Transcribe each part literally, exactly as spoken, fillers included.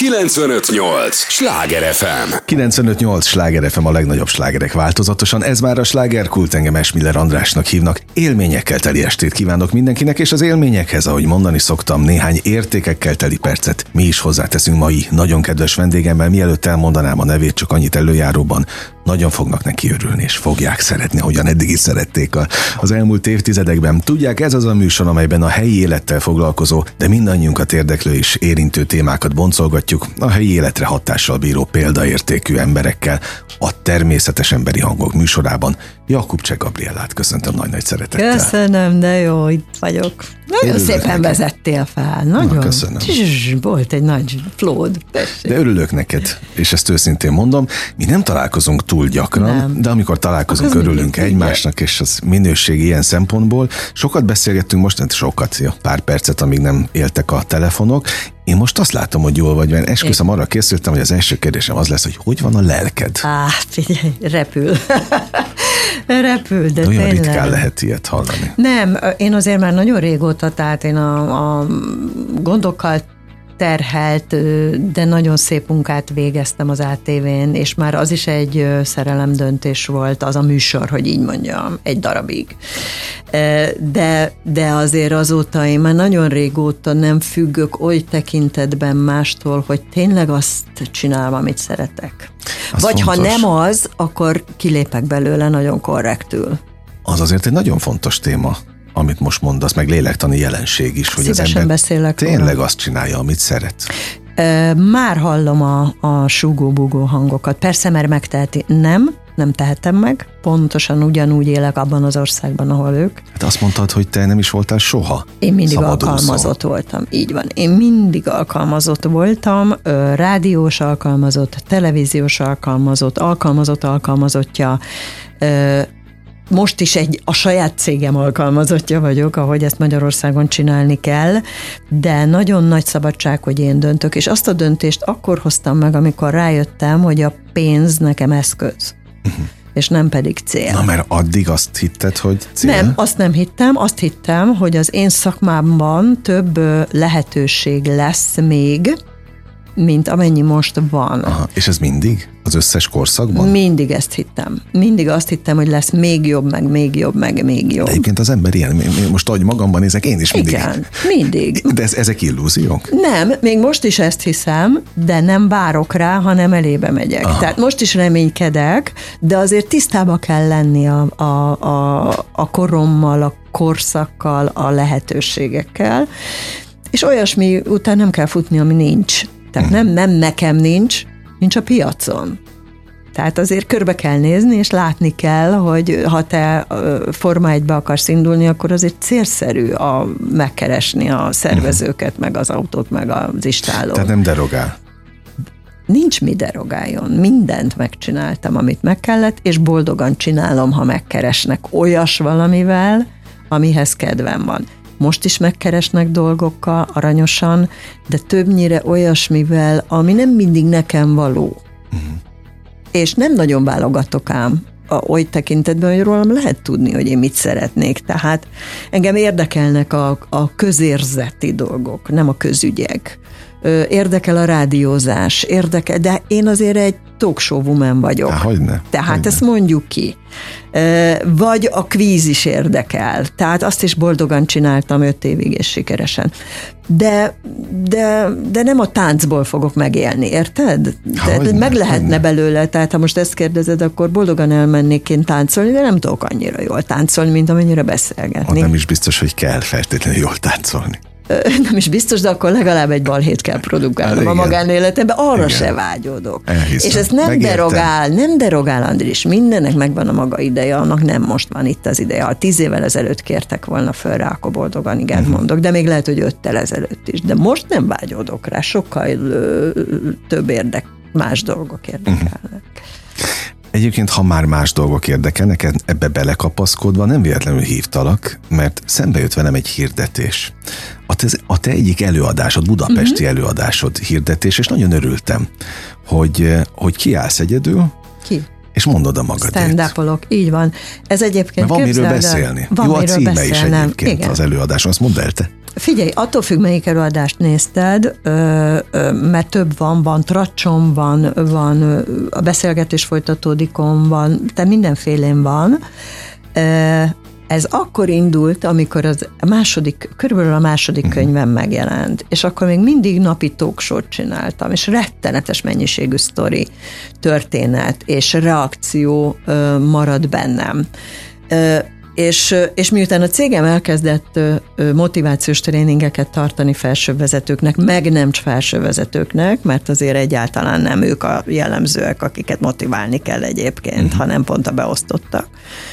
kilencvenöt nyolc Sláger ef em. kilencvenöt nyolc Sláger ef em, a legnagyobb slágerek változatosan. Ez már a Slágerkult, engem Esmiller Andrásnak hívnak. Élményekkel teli estét kívánok mindenkinek, és az élményekhez, ahogy mondani szoktam, néhány értékekkel teli percet mi is hozzáteszünk mai nagyon kedves vendégemmel. Mielőtt elmondanám a nevét, csak annyit előjáróban, nagyon fognak neki örülni, és fogják szeretni, hogyan eddig is szerették a, az elmúlt évtizedekben. Tudják, ez az a műsor, amelyben a helyi élettel foglalkozó, de mindannyiunkat érdeklő és érintő témákat boncolgatjuk a helyi életre hatással bíró példaértékű emberekkel, a Természetes Emberi Hangok műsorában. Jakubcseh Gabriellát köszöntöm nagy-nagy szeretettel. Köszönöm, de jó, itt vagyok. Nagyon örülök szépen neked. Vezettél fel. Nagyon. Na, köszönöm. Zs, volt egy nagy flód. De örülök neked, és ezt őszintén mondom, mi nem találkozunk túl gyakran, nem. De amikor találkozunk, akkor örülünk egymásnak, és az minőség ilyen szempontból. Sokat beszélgettünk most, sokat, jó, pár percet, amíg nem éltek a telefonok. Én most azt látom, hogy jól vagy, mert esküszöm, arra készültem, hogy az első kérdésem az lesz, hogy hogy van a lelked? Á, figyelj, repül. repül, de, de olyan tényleg. ritkán lehet ilyet hallani. Nem, én azért már nagyon régóta, tehát én a, a gondokkal terhelt, de nagyon szép munkát végeztem az á té vén, és már az is egy szerelemdöntés volt, az a műsor, hogy így mondjam, egy darabig. De, de azért azóta én már nagyon régóta nem függök oly tekintetben mástól, hogy tényleg azt csinálom, amit szeretek. Az Vagy fontos. Ha nem az, akkor kilépek belőle nagyon korrektül. Az azért egy nagyon fontos téma, amit most mondasz, meg lélektani jelenség is, hogy Szívesen az ember beszélek tényleg róla. Azt csinálja, amit szeret. Már hallom a, a súgó-búgó hangokat. Persze, mert megteheti. Nem, nem tehetem meg. Pontosan ugyanúgy élek abban az országban, ahol ők. Hát azt mondtad, hogy te nem is voltál soha Én mindig szabadúszó. Alkalmazott voltam. Így van. Én mindig alkalmazott voltam. Rádiós alkalmazott, televíziós alkalmazott, alkalmazott alkalmazottja. Most is egy, a saját cégem alkalmazottja vagyok, ahogy ezt Magyarországon csinálni kell, de nagyon nagy szabadság, hogy én döntök, és azt a döntést akkor hoztam meg, amikor rájöttem, hogy a pénz nekem eszköz, uh-huh. és nem pedig cél. Na, mert addig azt hitted, hogy cél? Nem, azt nem hittem, azt hittem, hogy az én szakmámban több lehetőség lesz még, mint amennyi most van. Aha, és ez mindig? Az összes korszakban? Mindig ezt hittem. Mindig azt hittem, hogy lesz még jobb, meg még jobb, meg még jobb. De egyébként az ember ilyen, most ahogy magamban nézek, én is mindig. Igen, mindig. De ez, ezek illúziók? Nem, még most is ezt hiszem, de nem várok rá, hanem elébe megyek. Aha. Tehát most is reménykedek, de azért tisztába kell lenni a, a, a, a korommal, a korszakkal, a lehetőségekkel, és olyasmi után nem kell futni, ami nincs. Tehát nem, nem nekem nincs, nincs a piacon. Tehát azért körbe kell nézni, és látni kell, hogy ha te Forma egybe akarsz indulni, akkor azért célszerű a, megkeresni a szervezőket, meg az autót, meg az istálót. Tehát nem derogál. Nincs mi derogáljon. Mindent megcsináltam, amit meg kellett, és boldogan csinálom, ha megkeresnek olyas valamivel, amihez kedvem van. Most is megkeresnek dolgokkal, aranyosan, de többnyire olyasmivel, ami nem mindig nekem való. Uh-huh. És nem nagyon válogatok ám oly tekintetben, hogy rólam lehet tudni, hogy én mit szeretnék. Tehát engem érdekelnek a, a közérzeti dolgok, nem a közügyek. Érdekel a rádiózás, érdekel, de én azért egy talk show woman vagyok. Há, hogyne, Tehát hogyne. ezt mondjuk ki. Vagy a kvíz is érdekel. Tehát azt is boldogan csináltam öt évig és sikeresen. De, de, de nem a táncból fogok megélni, érted? Tehát meg lehetne hogyne. belőle, tehát ha most ezt kérdezed, akkor boldogan elmennék én táncolni, de nem tudok annyira jól táncolni, mint amennyire beszélgetni. Ha nem is biztos, hogy kell feltétlenül jól táncolni. Nem is biztos, de akkor legalább egy balhét kell produkálnom a magánéletemben, arra igen. se vágyódok. Elhiszem. És ez nem Megértem. derogál, nem derogál, Andris, mindennek megvan a maga ideje, annak nem most van itt az ideje. Ha tíz évvel ezelőtt kértek volna föl rá, akkor boldogan igen uh-huh. mondok, de még lehet, hogy öttel ezelőtt is. De most nem vágyódok rá, sokkal ö, több érdek, más dolgok érdekelnek. Uh-huh. Egyébként, ha már más dolgok érdekelnek, ebbe belekapaszkodva nem véletlenül hívtalak, mert szembe jött velem egy hirdetés. A te, a te egyik előadásod, budapesti uh-huh. előadásod hirdetés, és nagyon örültem, hogy, hogy kiállsz egyedül, Ki? és mondod a magadét. Stand-upolok, így van. Ez egyébként van miről beszélni. Van Jó, a címe beszélnem. is egyébként igen. az előadáson, azt mondd el te. Figyelj, attól függ, melyik előadást nézted, mert több van, van tracsom, van, van a beszélgetés folytatódikon, van, tehát mindenfélén van. Ez akkor indult, amikor az a második, körülbelül a második könyvem megjelent, és akkor még mindig napi talkshow-t csináltam, és rettenetes mennyiségű sztori, történet és reakció marad bennem. És, és miután a cégem elkezdett motivációs tréningeket tartani felsővezetőknek, meg nem felsővezetőknek, mert azért egyáltalán nem ők a jellemzőek, akiket motiválni kell egyébként, uh-huh. hanem pont a beosztottak.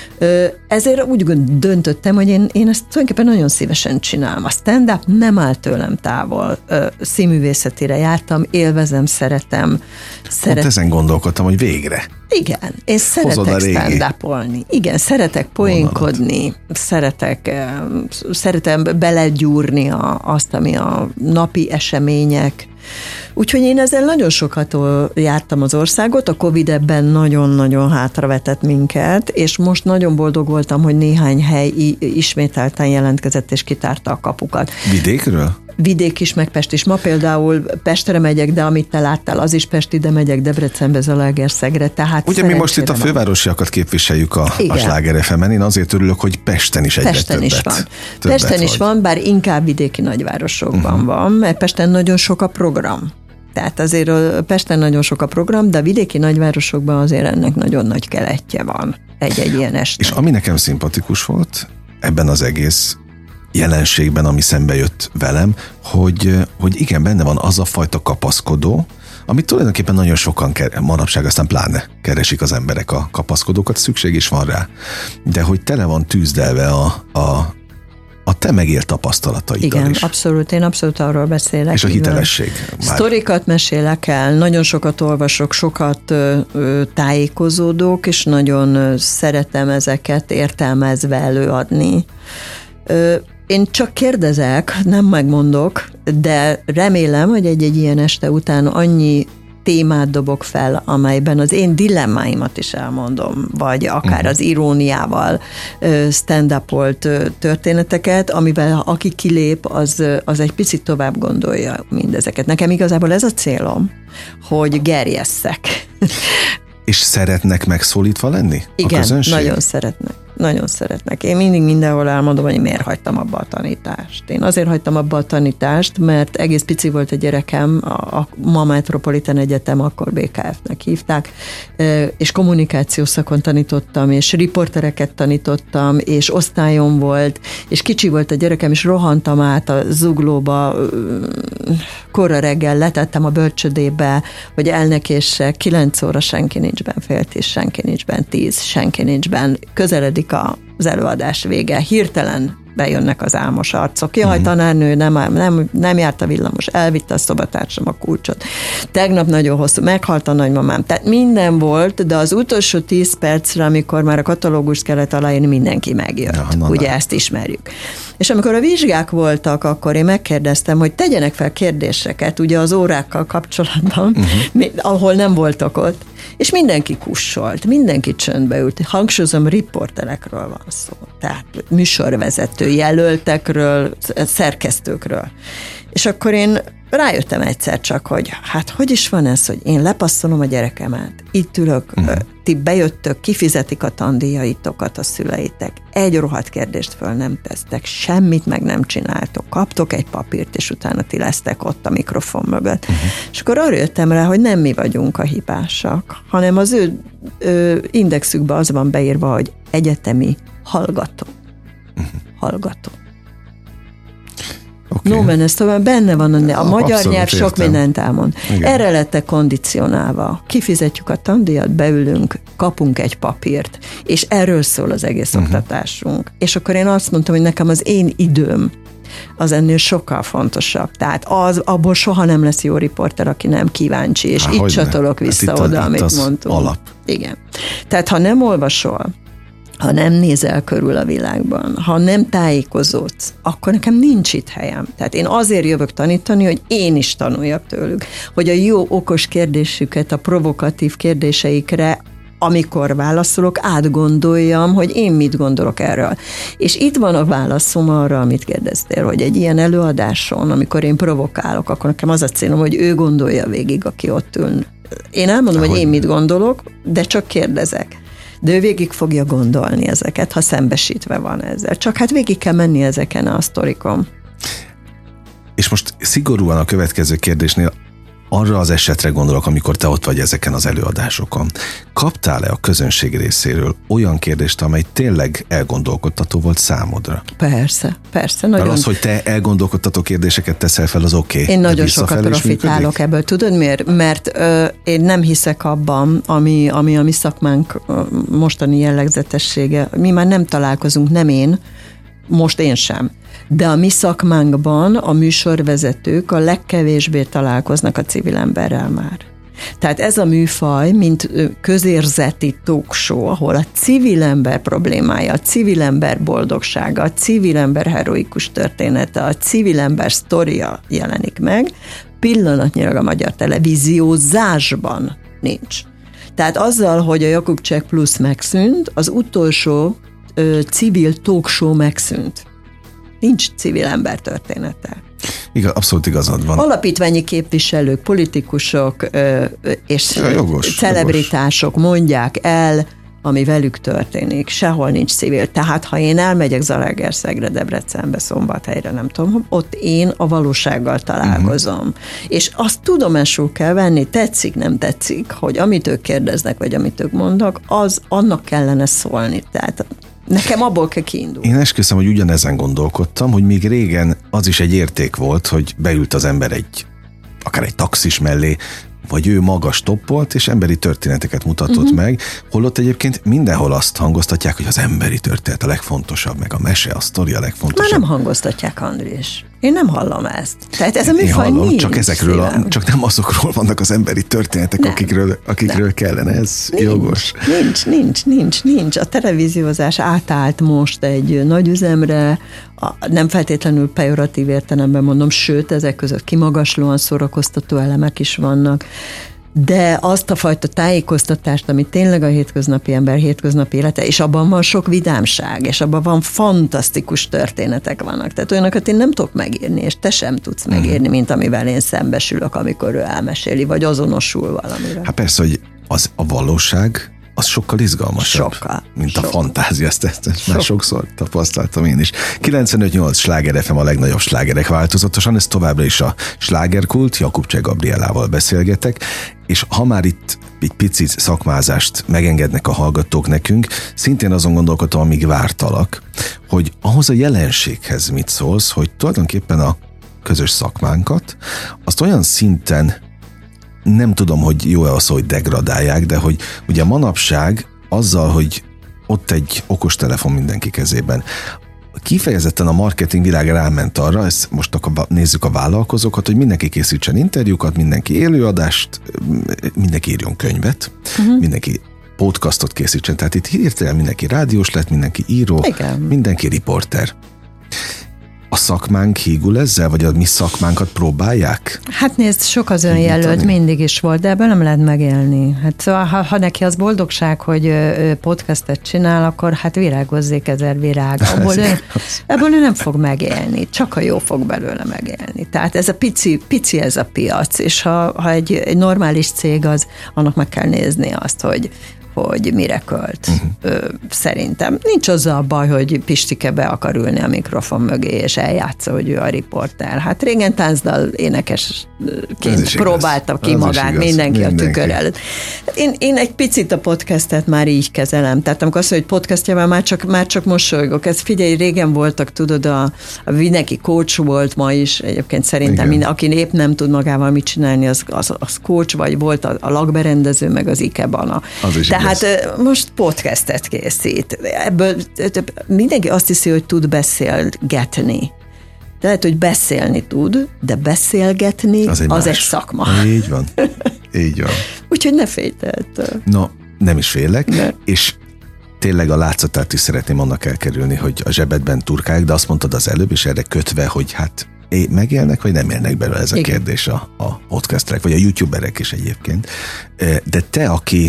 Ezért úgy döntöttem, hogy én, én ezt tulajdonképpen nagyon szívesen csinálom. A stand-up nem áll tőlem távol. Színművészetire jártam, élvezem, szeretem. Szeret... Pont ezen gondolkodtam, hogy végre. Igen, én szeretek stand-upolni. Igen, szeretek poénkodni, szeretek, szeretem belegyúrni a, azt, ami a napi események. Úgyhogy én ezzel nagyon sokat jártam az országot, a Covid ebben nagyon-nagyon hátravetett minket, és most nagyon boldog voltam, hogy néhány hely ismételten jelentkezett és kitárta a kapukat. Vidékről? Vidék is, meg Pest is. Ma például Pestre megyek, de amit te láttál, az is Pest, ide megyek Debrecenbe, Zalaegerszegre, tehát ugye mi most itt a fővárosiakat képviseljük a, a Sláger ef emen, én azért örülök, hogy Pesten is egyre Pesten többet. Is van. Többet Pesten vagy. is van, bár inkább vidéki nagyvárosokban uh-huh. van, mert Pesten nagyon sok a program. Tehát azért Pesten nagyon sok a program, de a vidéki nagyvárosokban azért ennek nagyon nagy keletje van egy-egy ilyen este. És ami nekem szimpatikus volt ebben az egész jelenségben, ami szembe jött velem, hogy, hogy igen, benne van az a fajta kapaszkodó, amit tulajdonképpen nagyon sokan manapság, aztán pláne keresik az emberek a kapaszkodókat, szükség is van rá. De hogy tele van tűzdelve a, a, a te megélt tapasztalataiddal igen, is. Igen, abszolút, én abszolút arról beszélek. És a hitelesség. Sztorikat mesélek el, nagyon sokat olvasok, sokat ö, ö, tájékozódok, és nagyon ö, szeretem ezeket értelmezve előadni. Ö, Én csak kérdezek, nem megmondok, de remélem, hogy egy-egy ilyen este után annyi témát dobok fel, amelyben az én dilemmáimat is elmondom, vagy akár uh-huh. az iróniával stand-upolt történeteket, amiben aki kilép, az, az egy picit tovább gondolja mindezeket. Nekem igazából ez a célom, hogy gerjesszek. És szeretnek megszólítva lenni? Igen, a közönség? nagyon szeretnek. Nagyon szeretnek. Én mindig mindenhol elmondom, hogy miért hagytam abba a tanítást. Én azért hagytam abba a tanítást, mert egész pici volt a gyerekem, a, a Ma Metropolitan Egyetem, akkor bé ká ef-nek hívták, és kommunikációs szakon tanítottam, és riportereket tanítottam, és osztályom volt, és kicsi volt a gyerekem, és rohantam át a zuglóba, korra reggel letettem a bölcsödébe, hogy elnekéssek, kilenc óra senki nincs benn, fél tíz senki nincs benn, tíz senki nincs benn, közeledik az előadás vége, hirtelen bejönnek az álmos arcok. Jaj, uh-huh. tanárnő, nem, nem, nem járt a villamos, elvitte a szobatársam a kulcsot. Tegnap nagyon hosszú, meghalt a nagymamám. Tehát minden volt, de az utolsó tíz percre, amikor már a katalógust kellett aláírni, mindenki megjött. Ja, na, ugye na. Ezt ismerjük. És amikor a vizsgák voltak, akkor én megkérdeztem, hogy tegyenek fel kérdéseket, ugye az órákkal kapcsolatban, uh-huh. ahol nem voltak ott. És mindenki kussolt, mindenki csöndbe ült. Hangsúlyozom, riporterekről van szó. Tehát műsorvezető jelöltekről, szerkesztőkről. És akkor én rájöttem egyszer csak, hogy hát hogy is van ez, hogy én lepasszolom a gyerekemet, itt ülök, uh-huh. ti bejöttök, kifizetik a tandíjaitokat a szüleitek, egy rohadt kérdést föl nem tesztek, semmit meg nem csináltok, kaptok egy papírt, és utána ti lesztek ott a mikrofon mögött. Uh-huh. És akkor arra jöttem rá, hogy nem mi vagyunk a hibásak, hanem az ő, ő indexükben az van beírva, hogy egyetemi hallgató. Uh-huh. Hallgató. Okay. No, men ez tovább benne van, a, a magyar abszolút nyelv sok értem. Mindent elmond. Igen. Erre lettek kondicionálva. Kifizetjük a tandíjat, beülünk, kapunk egy papírt, és erről szól az egész uh-huh. oktatásunk. És akkor én azt mondtam, hogy nekem az én időm az ennél sokkal fontosabb. Tehát az, abból soha nem lesz jó riporter, aki nem kíváncsi, és Há, itt csatolok vissza hát oda, amit mondtunk. Alap. Igen. Tehát ha nem olvasol, ha nem nézel körül a világban, ha nem tájékozódsz, akkor nekem nincs itt helyem. Tehát én azért jövök tanítani, hogy én is tanuljak tőlük, hogy a jó, okos kérdésüket, a provokatív kérdéseikre amikor válaszolok, átgondoljam, hogy én mit gondolok erről. És itt van a válaszom arra, amit kérdeztél, hogy egy ilyen előadáson, amikor én provokálok, akkor nekem az a célom, hogy ő gondolja végig, aki ott ül. Én elmondom, Ahogy... hogy én mit gondolok, de csak kérdezek. De ő végig fogja gondolni ezeket, ha szembesítve van ezzel. Csak hát végig kell menni ezeken a sztorikon. És most szigorúan a következő kérdésnél arra az esetre gondolok, amikor te ott vagy ezeken az előadásokon. Kaptál-e a közönség részéről olyan kérdést, amely tényleg elgondolkodtató volt számodra? Persze, persze. Nagyon... Mert az, hogy te elgondolkodtató kérdéseket teszel fel, az oké. Okay, én nagyon sokat profitálok ebből. Tudod miért? Mert ö, én nem hiszek abban, ami, ami a mi szakmánk mostani jellegzetessége. Mi már nem találkozunk, nem én, most én sem. De a mi szakmánkban a műsorvezetők a legkevésbé találkoznak a civil emberrel már. Tehát ez a műfaj, mint közérzeti talk show, ahol a civil ember problémája, a civil ember boldogsága, a civil ember heroikus története, a civil ember sztoria jelenik meg, pillanatnyilag a magyar televíziózásban nincs. Tehát azzal, hogy a Jakubcsek Plusz megszűnt, az utolsó ö, civil talk show megszűnt. Nincs civil ember története. Igen, abszolút igazad van. Alapítványi képviselők, politikusok ö, és ja, jogos, celebritások jogos. Mondják el, ami velük történik. Sehol nincs civil. Tehát, ha én elmegyek Zalaegerszegre, Debrecenbe, Szombathelyre, nem tudom, ott én a valósággal találkozom. Uh-huh. És azt tudomásul kell venni, tetszik, nem tetszik, hogy amit ők kérdeznek, vagy amit ők mondnak, az annak kellene szólni. Tehát nekem abból kell kiindulni. Én esküszöm, hogy ugyanezen gondolkodtam, hogy még régen az is egy érték volt, hogy beült az ember egy, akár egy taxis mellé, vagy ő maga stoppolt, és emberi történeteket mutatott uh-huh. meg, holott egyébként mindenhol azt hangoztatják, hogy az emberi történet a legfontosabb, meg a mese, a sztori a legfontosabb. Már nem hangoztatják, Andrés. Én nem hallom ezt. Tehát ez a műfaj hallom, nincs. Csak ezekről, a, csak nem azokról vannak az emberi történetek, nem, akikről, akikről nem. kellene. Ez nincs, jogos. Nincs, nincs, nincs, nincs. A televíziózás átállt most egy nagy üzemre, a, nem feltétlenül pejoratív értelemben mondom, sőt, ezek között kimagaslóan szórakoztató elemek is vannak. De azt a fajta tájékoztatást, ami tényleg a hétköznapi ember hétköznapi élete, és abban van sok vidámság, és abban van fantasztikus történetek vannak. Tehát olyanokat én nem tudok megírni, és te sem tudsz megírni, mint amivel én szembesülök, amikor ő elmeséli, vagy azonosul valamivel. Hát persze, hogy az a valóság, az sokkal izgalmasabb, sokkal, mint sokkal. a fantázia, ezt, ezt, ezt már sokszor tapasztaltam én is. kilencvenöt nyolc Sláger ef em a legnagyobb slágerek változatosan, ez továbbra is a slágerkult, Jakubcsek Gabriellával beszélgetek, és ha már itt egy pici szakmázást megengednek a hallgatók nekünk, szintén azon gondolkodtam, amíg vártalak, hogy ahhoz a jelenséghez mit szólsz, hogy tulajdonképpen a közös szakmánkat, azt olyan szinten nem tudom, hogy jó-e az, hogy degradálják, de hogy ugye manapság azzal, hogy ott egy okostelefon mindenki kezében, kifejezetten a marketing világ ráment arra, ezt most akkor nézzük a vállalkozókat, hogy mindenki készítsen interjúkat, mindenki élőadást, mindenki írjon könyvet, uh-huh. mindenki podcastot készítsen, tehát itt hirtelen mindenki rádiós lett, mindenki író, igen. mindenki riporter. A szakmánk hígul ezzel, vagy a mi szakmánkat próbálják? Hát nézd, sok az önjelölt mindig is volt, de ebből nem lehet megélni. Hát szóval, ha, ha neki az boldogság, hogy podcastet csinál, akkor hát virágozzék ezer virág. Abból ő, ebből ő nem fog megélni, csak a jó fog belőle megélni. Tehát ez a pici, pici ez a piac, és ha, ha egy, egy normális cég az, annak meg kell nézni azt, hogy hogy mire költ. Uh-huh. Ö, szerintem. Nincs azzal a baj, hogy Pistike be akar ülni a mikrofon mögé, és eljátsza, hogy ő a riporter. Hát régen táncdal énekesként próbálta ki magát mindenki, mindenki a tükör előtt. Én, én egy picit a podcastet már így kezelem. Tehát amikor azt mondja, hogy podcastjával már csak, már csak mosolygok. Ez figyelj, régen voltak, tudod, a, a mindenki coach volt ma is, egyébként szerintem minden, aki épp nem tud magával mit csinálni, az, az, az coach, vagy volt a, a lakberendező, meg az ikebana. Tehát most podcastet készít. Ebből mindenki azt hiszi, hogy tud beszélgetni. De lehet, hogy beszélni tud, de beszélgetni az egy, az egy szakma. Így van. Így van. Úgyhogy ne félj ettől. No, nem is félek, ne. És tényleg a látszatát is szeretném annak elkerülni, hogy a zsebedben turkálják, de azt mondtad az előbb, és erre kötve, hogy hát megélnek, vagy nem élnek belőle, ez a igen. kérdés a, a podcasterek, vagy a youtuberek is egyébként. De te, aki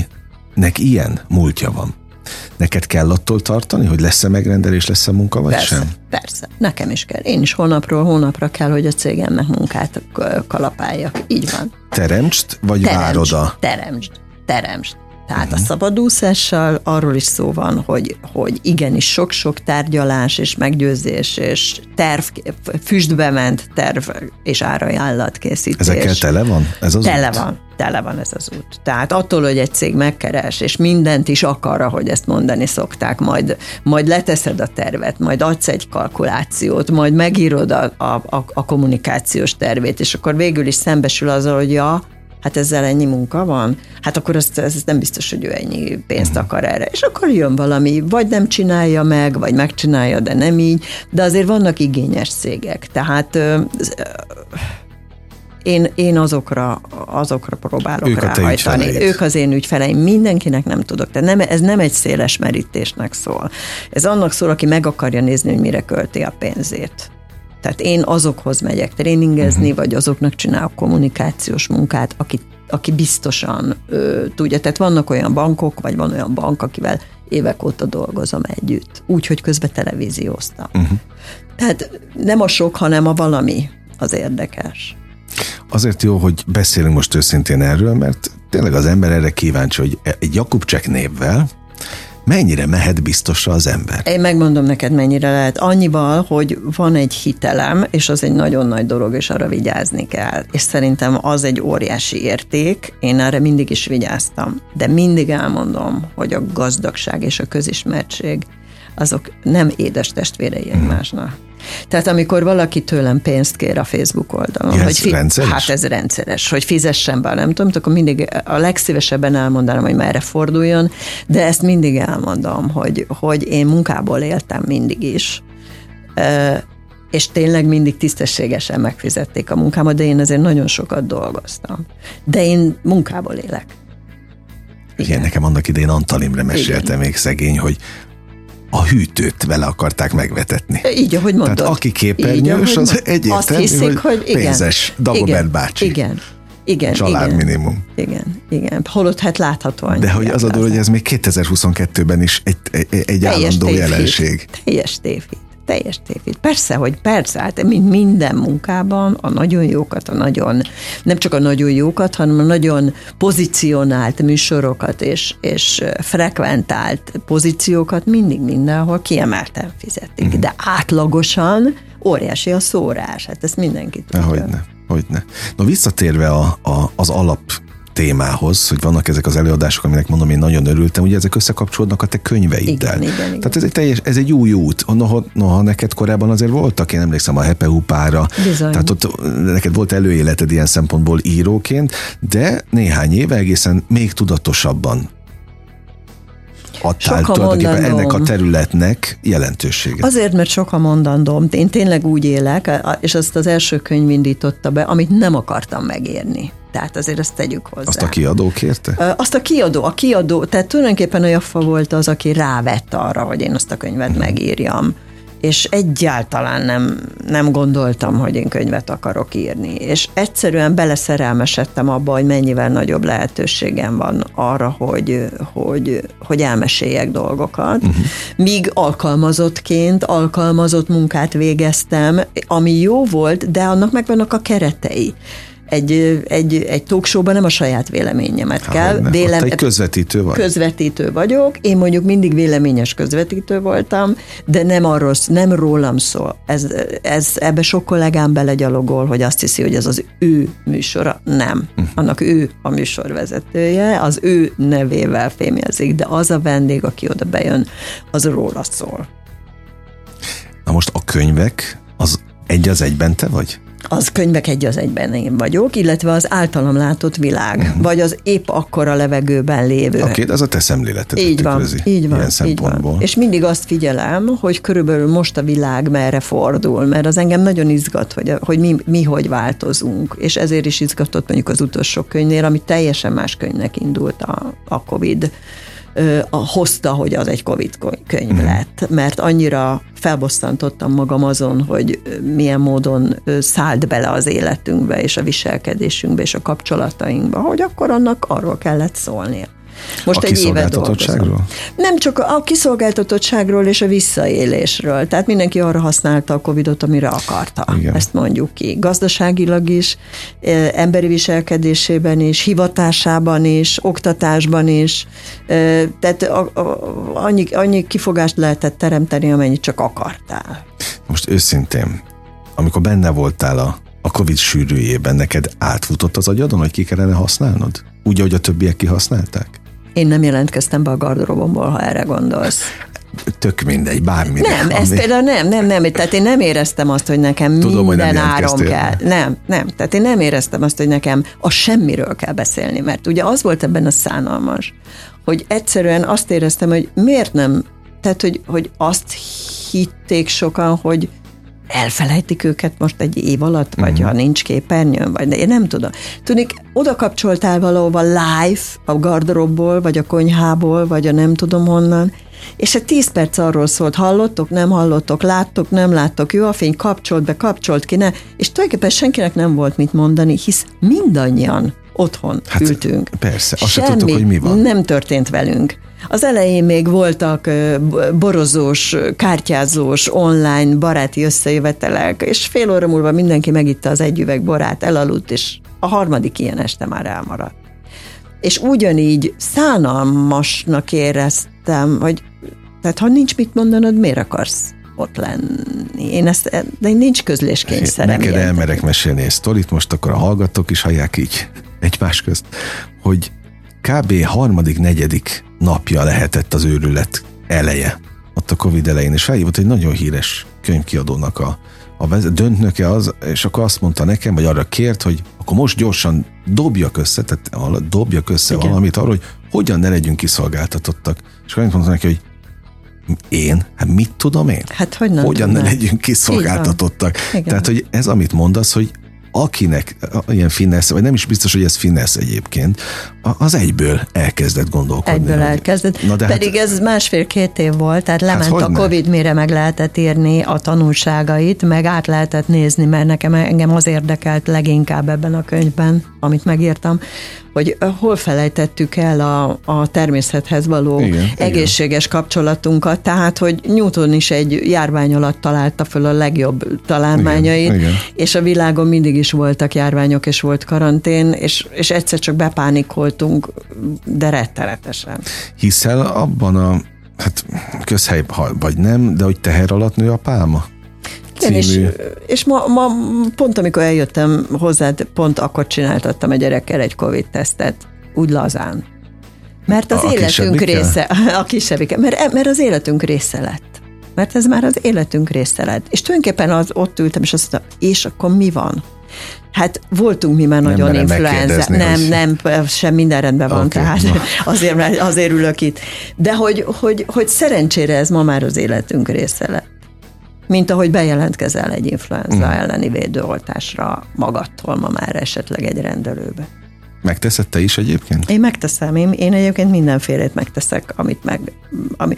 akinek ilyen múltja van, neked kell attól tartani, hogy lesz-e megrendelés, lesz-e munka, vagy persze, sem? Persze, nekem is kell. Én is holnapról hónapra kell, hogy a cégemnek munkát kalapáljak. Így van. Teremtsd, vagy teremtsd, várod a... Teremtsd, teremtsd. Tehát uh-huh. a szabadúszással arról is szó van, hogy, hogy igenis sok-sok tárgyalás és meggyőzés és terv, füstbe ment terv és árajánlatkészítés. Ezekkel tele van? Ez az tele út? van, tele van ez az út. Tehát attól, hogy egy cég megkeres, és mindent is akar, ahogy ezt mondani szokták, majd, majd leteszed a tervet, majd adsz egy kalkulációt, majd megírod a, a, a, a kommunikációs tervét, és akkor végül is szembesül azzal, hogy ja, hát ezzel ennyi munka van, hát akkor azt, ez nem biztos, hogy ő ennyi pénzt akar erre. És akkor jön valami, vagy nem csinálja meg, vagy megcsinálja, de nem így, de azért vannak igényes cégek. Tehát ö, én, én azokra, azokra próbálok ők ráhajtani. Ők az én ügyfeleim. Mindenkinek nem tudok. Tehát nem, ez nem egy széles merítésnek szól. Ez annak szól, aki meg akarja nézni, hogy mire költi a pénzét. Tehát én azokhoz megyek tréningezni, uh-huh. vagy azoknak csinálok kommunikációs munkát, aki, aki biztosan ö, tudja. Tehát vannak olyan bankok, vagy van olyan bank, akivel évek óta dolgozom együtt. Úgy, hogy közben televízióztam. Uh-huh. Tehát nem a sok, hanem a valami az érdekes. Azért jó, hogy beszélünk most őszintén erről, mert tényleg az ember erre kíváncsi, hogy egy Jakubcsek névvel mennyire mehet biztosra az ember? Én megmondom neked, mennyire lehet. Annyival, hogy van egy hitelem, és az egy nagyon nagy dolog, és arra vigyázni kell. És szerintem az egy óriási érték. Én erre mindig is vigyáztam. De mindig elmondom, hogy a gazdagság és a közismertség azok nem édes testvérei egymásnak. Tehát amikor valaki tőlem pénzt kér a Facebook oldalon, ja, hogy fi- rendszeres? Hát ez rendszeres, hogy fizessen be, nem tudom, akkor mindig a legszívesebben elmondanám, hogy merre forduljon, de ezt mindig elmondom, hogy, hogy én munkából éltem mindig is, és tényleg mindig tisztességesen megfizették a munkámat, de én azért nagyon sokat dolgoztam. De én munkából élek. Igen, Igen nekem annak idején Antal Imre mesélte még szegény, hogy a hűtőt vele akarták megvetetni. Így, ahogy mondod. Tehát aki képernyős, az egyértelmű, hiszik, hogy, hogy igen, pénzes Dagobert igen, bácsi. Igen, igen. Család igen, minimum. Igen, igen. Holott hát láthatóan. De hogy az a dolog, hogy ez még kétezer-huszonkettőben is egy, egy, egy állandó tévhit, jelenség. Teljes tévhit. Teljes tévhit. Persze, hogy persze, hát mint minden munkában a nagyon jókat, a nagyon, nem csak a nagyon jókat, hanem a nagyon pozícionált műsorokat és, és frekventált pozíciókat mindig mindenhol kiemelten fizetik. Uh-huh. De átlagosan óriási a szórás. Hát ezt mindenki tudja. Hogyne, hogyne. No, visszatérve a, a, az alap témához, hogy vannak ezek az előadások, aminek mondom, én nagyon örültem, ugye ezek összekapcsolódnak a te könyveiddel. Igen, igen, igen. Tehát ez egy, teljes, ez egy új út. Noha, noha neked korábban azért voltak, én emlékszem a Hepe-Hupára, tehát ott neked volt előéleted ilyen szempontból íróként, de néhány éve egészen még tudatosabban adtál tulajdonképpen ennek a területnek jelentőséget. Azért, mert sok a mondandóm. Én tényleg úgy élek, és azt az első könyv indította be, amit nem akartam megérni. Tehát azért ezt tegyük hozzá. Azt a kiadó kérte? Azt a kiadó, a kiadó, tehát tulajdonképpen a Jaffa volt az, aki rávett arra, hogy én azt a könyvet hmm. megírjam. És egyáltalán nem, nem gondoltam, hogy én könyvet akarok írni. És egyszerűen beleszerelmesedtem abba, hogy mennyivel nagyobb lehetőségem van arra, hogy, hogy, hogy elmeséljek dolgokat. Uh-huh. Míg alkalmazottként, alkalmazott munkát végeztem, ami jó volt, de annak megvannak a keretei. Egy, egy, egy talkshowban nem a saját véleményemet Há, kell. Vélem, egy közvetítő vagy. Közvetítő vagyok. Én mondjuk mindig véleményes közvetítő voltam, de nem arról, nem rólam szól. Ez, ez, ebbe sok kollégám belegyalogol, hogy azt hiszi, hogy ez az ő műsora. Nem. Uh-huh. Annak ő a műsorvezetője, az ő nevével fémjezik, de az a vendég, aki oda bejön, az róla szól. Na most a könyvek, az egy az egyben te vagy? Az könyvek egy az egyben én vagyok, illetve az általam látott világ, uh-huh. vagy az épp akkora levegőben lévő. Oké, okay, az a te szemléleted. Így van, így van, így van. És mindig azt figyelem, hogy körülbelül most a világ merre fordul, mert az engem nagyon izgat, hogy, hogy mi, mi hogy változunk, és ezért is izgatott mondjuk az utolsó könyvnél, ami teljesen más könyvnek indult a, a Covid, a hozta, hogy az egy Covid könyv mm. lett, mert annyira felbosszantottam magam azon, hogy milyen módon szállt bele az életünkbe, és a viselkedésünkbe, és a kapcsolatainkba, hogy akkor annak arról kellett szólnia. Most a egy éve dolgozom. Nem csak a kiszolgáltatottságról és a visszaélésről. Tehát mindenki arra használta a Covidot, amire akarta. Igen. Ezt mondjuk ki. Gazdaságilag is, emberi viselkedésében is, hivatásában is, oktatásban is. Tehát a, a, annyi, annyi kifogást lehetett teremteni, amennyit csak akartál. Most őszintén, amikor benne voltál a, a Covid sűrűjében, neked átfutott az agyadon, hogy ki kellene használnod? Úgy, ahogy a többiek kihasználták? Én nem jelentkeztem be a garderobomból, ha erre gondolsz. Tök mindegy, bármire. Nem, ez például nem, nem, nem, tehát én nem éreztem azt, hogy nekem Tudom, minden hogy nem áron kell. Nem, nem, tehát én nem éreztem azt, hogy nekem a semmiről kell beszélni, mert ugye az volt ebben a szánalmas, hogy egyszerűen azt éreztem, hogy miért nem, tehát hogy, hogy azt hitték sokan, hogy elfelejtik őket most egy év alatt, vagy uh-huh. ha nincs képernyőn, vagy de én nem tudom. Tudnik, oda kapcsoltál valahova live a garderobból, vagy a konyhából, vagy a nem tudom honnan, és egy tíz perc arról szólt, hallottok, nem hallottok, láttok, nem láttok, jó a fény, kapcsolt be, kapcsolt ki, ne, és tulajdonképpen senkinek nem volt mit mondani, hisz mindannyian otthon hát ültünk. Persze, azt se tudtuk, hogy mi van. Nem történt velünk. Az elején még voltak borozós, kártyázós, online baráti összejövetelek, és fél óra múlva mindenki megitta az egy üveg borát, elaludt, és a harmadik ilyen este már elmaradt. És ugyanígy szánalmasnak éreztem, hogy tehát ha nincs mit mondanod, miért akarsz ott lenni? Én ezt, de nincs közléskényszerem. Neked elmerek mesélni egy sztorit, most akkor a hallgatók is hallják így egymás közt, hogy kb. harmadik, negyedik napja lehetett az őrület eleje, ott a Covid elején, és felhívott egy nagyon híres könyvkiadónak a, a döntnöke az, és akkor azt mondta nekem, vagy arra kért, hogy akkor most gyorsan dobjak össze, tehát dobjak össze Igen. valamit arra, hogy hogyan ne legyünk kiszolgáltatottak. És akkor mondta neki, hogy én? Hát mit tudom én? Hát hogy nem Hogyan tudnám. Ne legyünk kiszolgáltatottak? Tehát, hogy ez, amit mondasz, hogy akinek ilyen finesz, vagy nem is biztos, hogy ez finesz egyébként, az egyből elkezdett gondolkodni. Egyből elkezdett, na de pedig hát, ez másfél-két év volt, tehát lement hát a Covid, ne? Mire meg lehetett írni a tanulságait, meg át lehetett nézni, mert nekem engem az érdekelt leginkább ebben a könyvben, amit megírtam, hogy hol felejtettük el a, a természethez való igen, egészséges igen. kapcsolatunkat, tehát, hogy Newton is egy járvány alatt találta föl a legjobb találmányait, igen, igen. és a világon mindig is voltak járványok, és volt karantén, és, és egyszer csak bepánikoltunk, de rettenetesen. Hiszel abban a, hát közhely vagy nem, de hogy teher alatt nő a pálma? Igen, és, és ma, ma pont amikor eljöttem hozzád, pont akkor csináltattam a gyerekkel egy Covid-tesztet, úgy lazán. Mert az a, életünk a része, a kisebbik, mert, mert az életünk része lett. Mert ez már az életünk része lett. És tulajdonképpen az, ott ültem, és azt mondtam, és akkor mi van? Hát voltunk mi már nagyon influenza. Nem, nem, sem minden rendben van, okay, tehát azért, azért ülök itt. De hogy, hogy, hogy szerencsére ez ma már az életünk része lett. Mint ahogy bejelentkezel egy influenza mm. elleni védőoltásra magadtól ma már esetleg egy rendelőbe. Megteszed te is egyébként? Én megteszem, én, én egyébként mindenfélét megteszek, amit meg... Ami,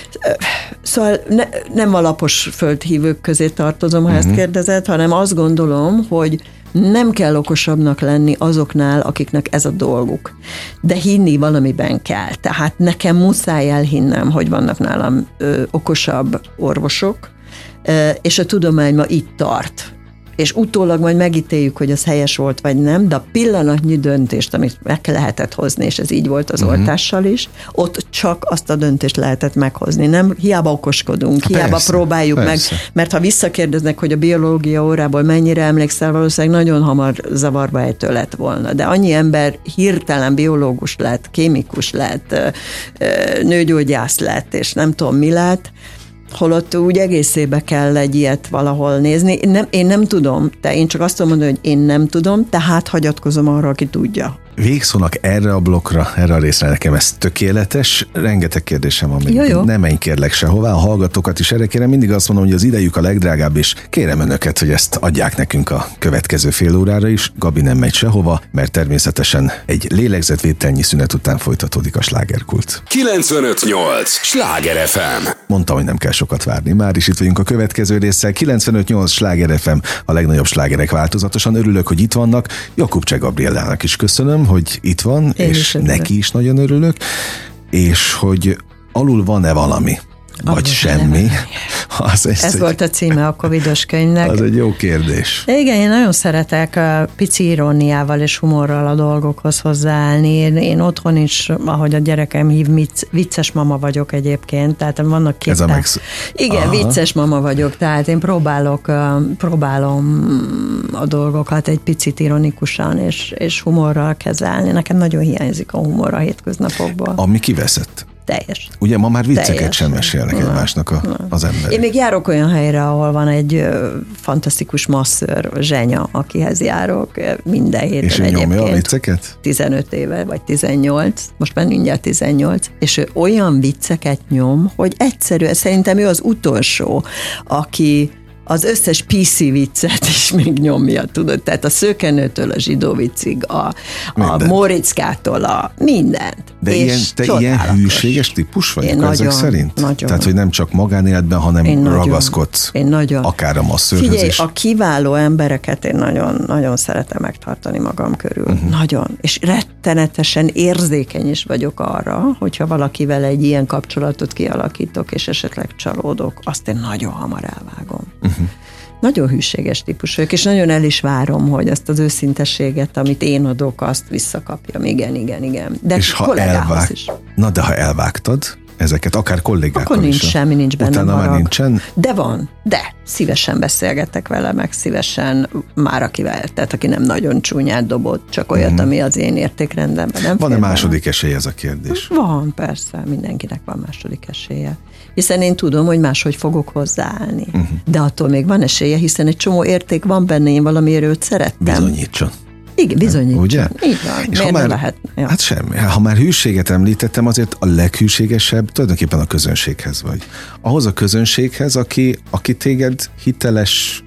szóval ne, nem a lapos földhívők közé tartozom, ha mm-hmm. ezt kérdezed, hanem azt gondolom, hogy nem kell okosabbnak lenni azoknál, akiknek ez a dolguk. De hinni valamiben kell. Tehát nekem muszáj elhinnem, hogy vannak nálam ö, okosabb orvosok, és a tudomány ma itt tart. És utólag majd megítéljük, hogy az helyes volt, vagy nem, de a pillanatnyi döntést, amit meg lehetett hozni, és ez így volt az uh-huh. oltással is, ott csak azt a döntést lehetett meghozni. Nem, hiába okoskodunk, ha hiába persze, próbáljuk persze. meg, mert ha visszakérdeznek, hogy a biológia órából mennyire emlékszel, valószínűleg nagyon hamar zavarba ejtő lett volna. De annyi ember hirtelen biológus lett, kémikus lett, nőgyógyász lett, és nem tudom mi lett, holott úgy egészébe kell egy ilyet valahol nézni. Én nem, én nem tudom, de én csak azt tudom mondani, hogy én nem tudom, tehát hagyatkozom arra, aki tudja. Végszónak erre a blokkra, erre a részre nekem ez tökéletes. Rengeteg kérdésem van, még nem menj kérlek sehová. A hallgatókat is erre kérem. Mindig azt mondom, hogy az idejük a legdrágább, és kérem önöket, hogy ezt adják nekünk a következő fél órára is. Gabi nem megy sehova, mert természetesen egy lélegzetvételnyi szünet után folytatódik a slágerkult. kilencvenöt nyolc Sláger ef em. Mondtam, hogy nem kell sokat várni. Már is itt vagyunk a következő résszel. kilencvenöt nyolc Sláger ef em, a legnagyobb slágerek változatosan. Örülök, hogy itt vannak. Jakub Cseh Gabriellának is köszönöm. örültem, hogy itt van, Én és is neki is nagyon örülök, és hogy alul van-e valami, vagy Alul semmi. Az Ez egy, volt a címe a covidos könyvnek. Az egy jó kérdés. Igen, én nagyon szeretek pici iróniával és humorral a dolgokhoz hozzáállni. Én, én otthon is, ahogy a gyerekem hív, vicces mama vagyok egyébként, tehát vannak két. Ez a megsz... Igen, Aha. vicces mama vagyok, tehát én próbálok, próbálom a dolgokat egy picit ironikusan és, és humorral kezelni. Nekem nagyon hiányzik a humor a hétköznapokból. Ami kiveszett. Teljes. Ugye ma már vicceket Teljes. sem mesélnek egymásnak a, az emberek. Én még járok olyan helyre, ahol van egy ö, fantasztikus masször, Zsenya, akihez járok minden héten. És ő nyomja a vicceket? tizenöt éve, vagy tizennyolc, most már mindjárt tizennyolc, és ő olyan vicceket nyom, hogy egyszerűen szerintem ő az utolsó, aki az összes pé cé viccet is még nyomja, tudod? Tehát a Szőkenőtől a zsidó viccig, a, a Morickától a mindent. De ilyen, te ilyen hűséges típus vagy ezek nagyon, szerint? Nagyon. Tehát, hogy nem csak magánéletben, hanem én ragaszkodsz én nagyon. akár a masszörhöz Figyelj, is. a kiváló embereket én nagyon, nagyon szeretem megtartani magam körül. Uh-huh. Nagyon. És rettenetesen érzékeny is vagyok arra, hogyha valakivel egy ilyen kapcsolatot kialakítok, és esetleg csalódok, azt én nagyon hamar elvágom. Uh-huh. Nagyon hűséges típus vagyok, és nagyon el is várom, hogy azt az őszintességet, amit én adok, azt visszakapjam. Igen, igen, igen. De és ha elvág... is. Na, de ha elvágtad ezeket, akár kollégákkal akkor nincs is, semmi, nincs benne utána marag. Már nincsen? De van, de szívesen beszélgetek vele, meg szívesen már akivel, tehát aki nem nagyon csúnyát dobott, csak olyat, mm. ami az én értékrendemben nem. Van-e második esély ez a kérdés? Van, persze, mindenkinek van második esélye. Hiszen én tudom, hogy máshogy fogok hozzáállni. Uh-huh. De attól még van esélye, hiszen egy csomó érték van benne, én valamiért őt szerettem. Bizonyítson. Igen, bizonyítson. Ugye? Így van. És ha már, lehet? Ja. Hát semmi. Ha már hűséget említettem, azért a leghűségesebb tulajdonképpen a közönséghez vagy. Ahhoz a közönséghez, aki, aki téged hiteles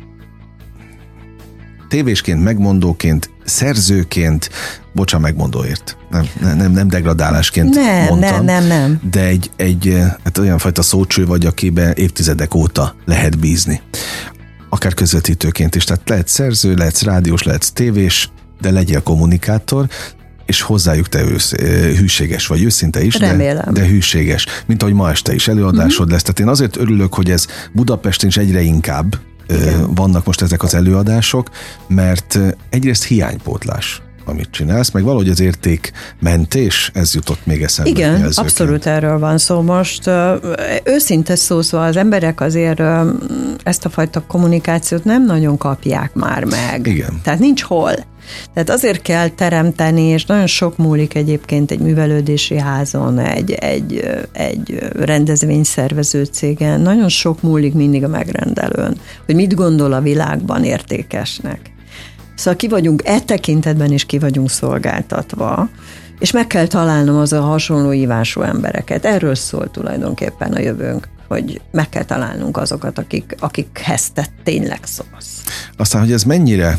tévésként, megmondóként, szerzőként, bocsán, megmondóért. Nem, nem, nem degradálásként nem, mondtam. Nem, nem, nem. De egy, egy hát olyan fajta szócső vagy, akiben évtizedek óta lehet bízni. Akár közvetítőként is. Tehát lehetsz szerző, lehetsz rádiós, lehetsz tévés, de legyél kommunikátor, és hozzájuk te ősz, hűséges vagy, őszinte is, de, de hűséges. Mint ahogy ma este is előadásod uh-huh. lesz. Tehát én azért örülök, hogy ez Budapesten is egyre inkább Igen. vannak most ezek az előadások, mert egyrészt hiánypótlás, amit csinálsz, meg valahogy az értékmentés, ez jutott még eszembe. Igen, jelzőként. Abszolút erről van szó. Most őszinte szó, szóval az emberek azért ezt a fajta kommunikációt nem nagyon kapják már meg. Igen. Tehát nincs hol. Tehát azért kell teremteni, és nagyon sok múlik egyébként egy művelődési házon, egy, egy, egy rendezvényszervező cégen, nagyon sok múlik mindig a megrendelőn, hogy mit gondol a világban értékesnek. Szóval ki vagyunk, e tekintetben is ki vagyunk szolgáltatva, és meg kell találnom az a hasonló ívású embereket. Erről szól tulajdonképpen a jövőnk, hogy meg kell találnunk azokat, akik, akikhez te tényleg szólsz. Aztán, hogy ez mennyire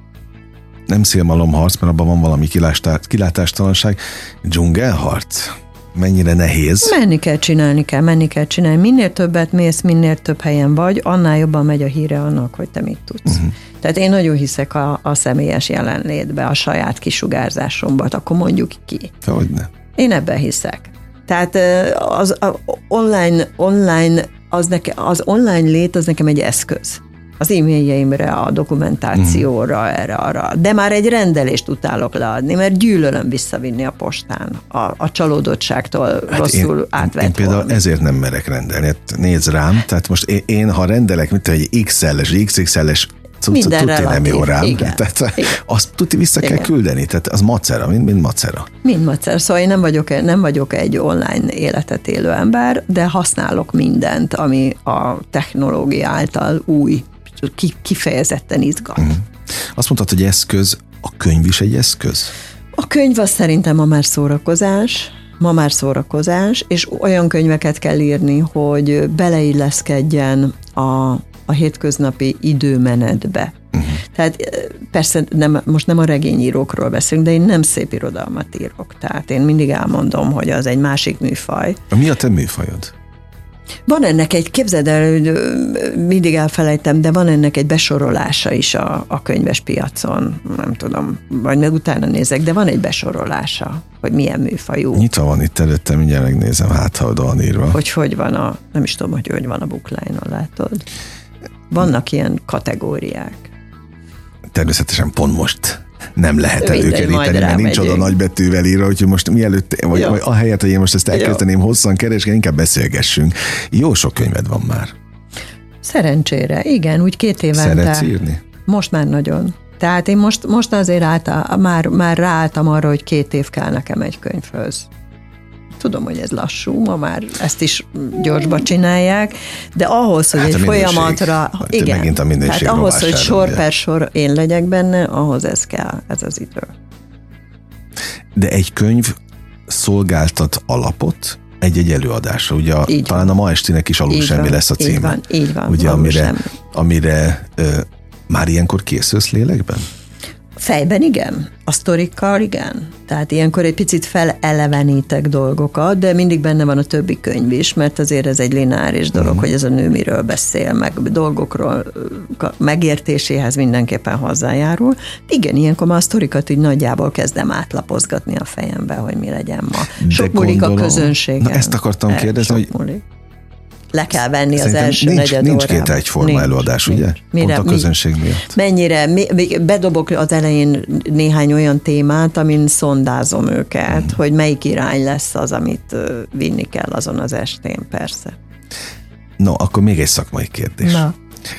nem szélmalomharc, mert abban van valami kilátástalanság, dzsungelharc. Mennyire nehéz. Menni kell, csinálni kell, menni kell csinálni. Minél többet mész, minél több helyen vagy, annál jobban megy a híre annak, hogy te mit tudsz. Uh-huh. Tehát én nagyon hiszek a, a személyes jelenlétbe, a saját kisugárzásomban, akkor mondjuk ki. Hogyne. Én ebben hiszek. Tehát az a online, online az, neke, az online lét az nekem egy eszköz. Az e-mailjeimre, a dokumentációra, mm. erre, arra. De már egy rendelést utálok leadni, mert gyűlölöm visszavinni a postán a, a csalódottságtól hát rosszul én, átvett. Én például volna. Ezért nem merek rendelni. Hát nézd rám, tehát most én, én ha rendelek, mint egy iksz el-es, iksz iksz el-es tuti nem jó rám. Igen. Tehát igen. Azt tuti vissza igen. kell küldeni. Tehát az macera, mind, mind macera. Mind macera. Szóval én nem vagyok, nem vagyok egy online életet élő ember, de használok mindent, ami a technológia által új, kifejezetten izgat. Uh-huh. Azt mondtad, hogy eszköz, a könyv is egy eszköz? A könyv az szerintem ma már szórakozás, ma már szórakozás, és olyan könyveket kell írni, hogy beleilleszkedjen a, a hétköznapi időmenetbe. Uh-huh. Tehát persze nem, most nem a regényírókról beszélünk, de én nem szép irodalmat írok. Tehát én mindig elmondom, hogy az egy másik műfaj. Mi a te műfajod? Van ennek egy, képzeld el, mindig elfelejtem, de van ennek egy besorolása is a, a könyves piacon. Nem tudom, vagy meg utána nézek, de van egy besorolása, hogy milyen műfajú. Nyitva van itt előttem, mindjárt megnézem, hát ha oda van írva. Hogy hogy van a, nem is tudom, hogy hogy van a bookline-on, látod? Vannak ilyen kategóriák. Természetesen pont most nem lehet Mindegy, előkeríteni, mert nincs oda nagybetűvel írva, úgyhogy most mielőtt, vagy, vagy ahelyett, hogy én most ezt elkezdeném hosszan keresni, inkább beszélgessünk. Jó sok könyved van már. Szerencsére, igen, úgy két évente. Szeretsz írni? Most már nagyon. Tehát én most, most azért állta, már, már ráálltam arra, hogy két év kell nekem egy könyvhöz. Tudom, hogy ez lassú, ma már ezt is gyorsba csinálják, de ahhoz, hogy hát egy folyamatra... Igen, megint a minőség hát ahhoz, hogy sor ugye. per sor én legyek benne, ahhoz ez kell, ez az idő. De egy könyv szolgáltat alapot egy-egy előadásra. Ugye a, talán a ma estinek is Alul semmi lesz a címe. Így van, így van. Ugye, amire, amire ö, már ilyenkor készülsz lélekben? Fejben igen, a sztorikkal igen. Tehát ilyenkor egy picit felelevenítek dolgokat, de mindig benne van a többi könyv is, mert azért ez egy lineáris dolog, mm. hogy ez a nő miről beszél, meg dolgokról megértéséhez mindenképpen hozzájárul. Igen, ilyenkor már a sztorikat így nagyjából kezdem átlapozgatni a fejembe, hogy mi legyen ma. Sok múlik a közönségen. Na ezt akartam kérdezni, hogy múlik. Le kell venni Szerintem az első nincs, negyed nincs órában. két egyforma nincs, előadás, nincs. Ugye? Mire, Pont a közönség miatt. Mennyire, mi, bedobok az elején néhány olyan témát, amin szondázom őket, hmm. hogy melyik irány lesz az, amit vinni kell azon az estén, persze. No, akkor még egy szakmai kérdés. Na.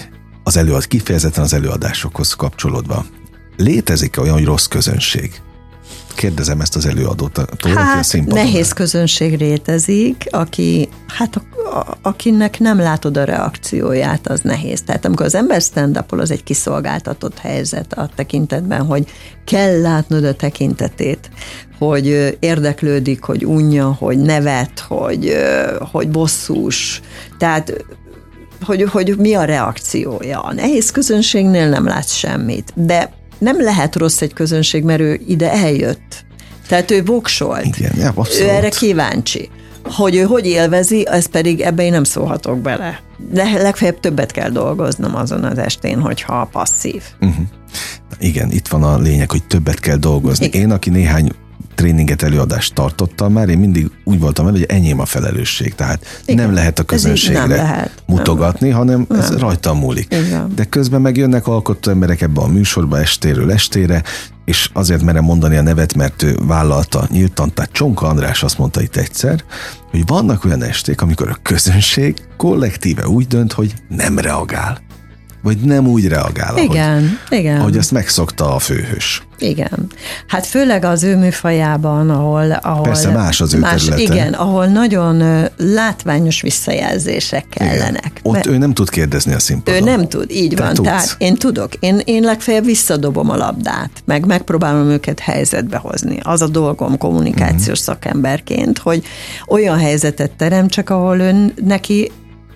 Az előad, kifejezetten az előadásokhoz kapcsolódva. Létezik-e olyan, hogy rossz közönség? Kérdezem ezt az előadót. Hát nehéz el. közönség létezik, aki, hát a, a, akinek nem látod a reakcióját, az nehéz. Tehát amikor az ember stand-upol, az egy kiszolgáltatott helyzet a tekintetben, hogy kell látnod a tekintetét, hogy érdeklődik, hogy unja, hogy nevet, hogy, hogy bosszús. Tehát hogy, hogy mi a reakciója. A nehéz közönségnél nem látsz semmit, de nem lehet rossz egy közönség, mert ő ide eljött. Tehát ő voksolt. Igen, ja, ő erre kíváncsi. Hogy ő hogy élvezi, ez pedig ebbe én nem szólhatok bele. De legfeljebb többet kell dolgoznom azon az estén, hogyha passzív. Uh-huh. Igen, itt van a lényeg, hogy többet kell dolgozni. Igen. Én, aki néhány tréninget, előadást tartottam már, én mindig úgy voltam vele, hogy enyém a felelősség. Tehát igen, nem lehet a közönségre lehet. mutogatni, nem. hanem nem. ez rajtam múlik. Igen. De közben megjönnek alkotó emberek ebbe a műsorba estéről estére, és azért merem mondani a nevet, mert ő vállalta nyíltan, tehát Csonka András azt mondta itt egyszer, hogy vannak olyan esték, amikor a közönség kollektíve úgy dönt, hogy nem reagál. Vagy nem úgy reagál, igen, ahogy, igen. ahogy ezt megszokta a főhős. Igen. Hát főleg az ő műfajában, ahol... ahol Persze más az ő más, területe. Igen, ahol nagyon látványos visszajelzések kellenek. Igen. Ott ő nem tud kérdezni a színpadon. Ő nem tud, így Te van. tudsz. Tehát én tudok. Én, én legfeljebb visszadobom a labdát, meg megpróbálom őket helyzetbe hozni. Az a dolgom kommunikációs mm. szakemberként, hogy olyan helyzetet teremtsek, ahol ön neki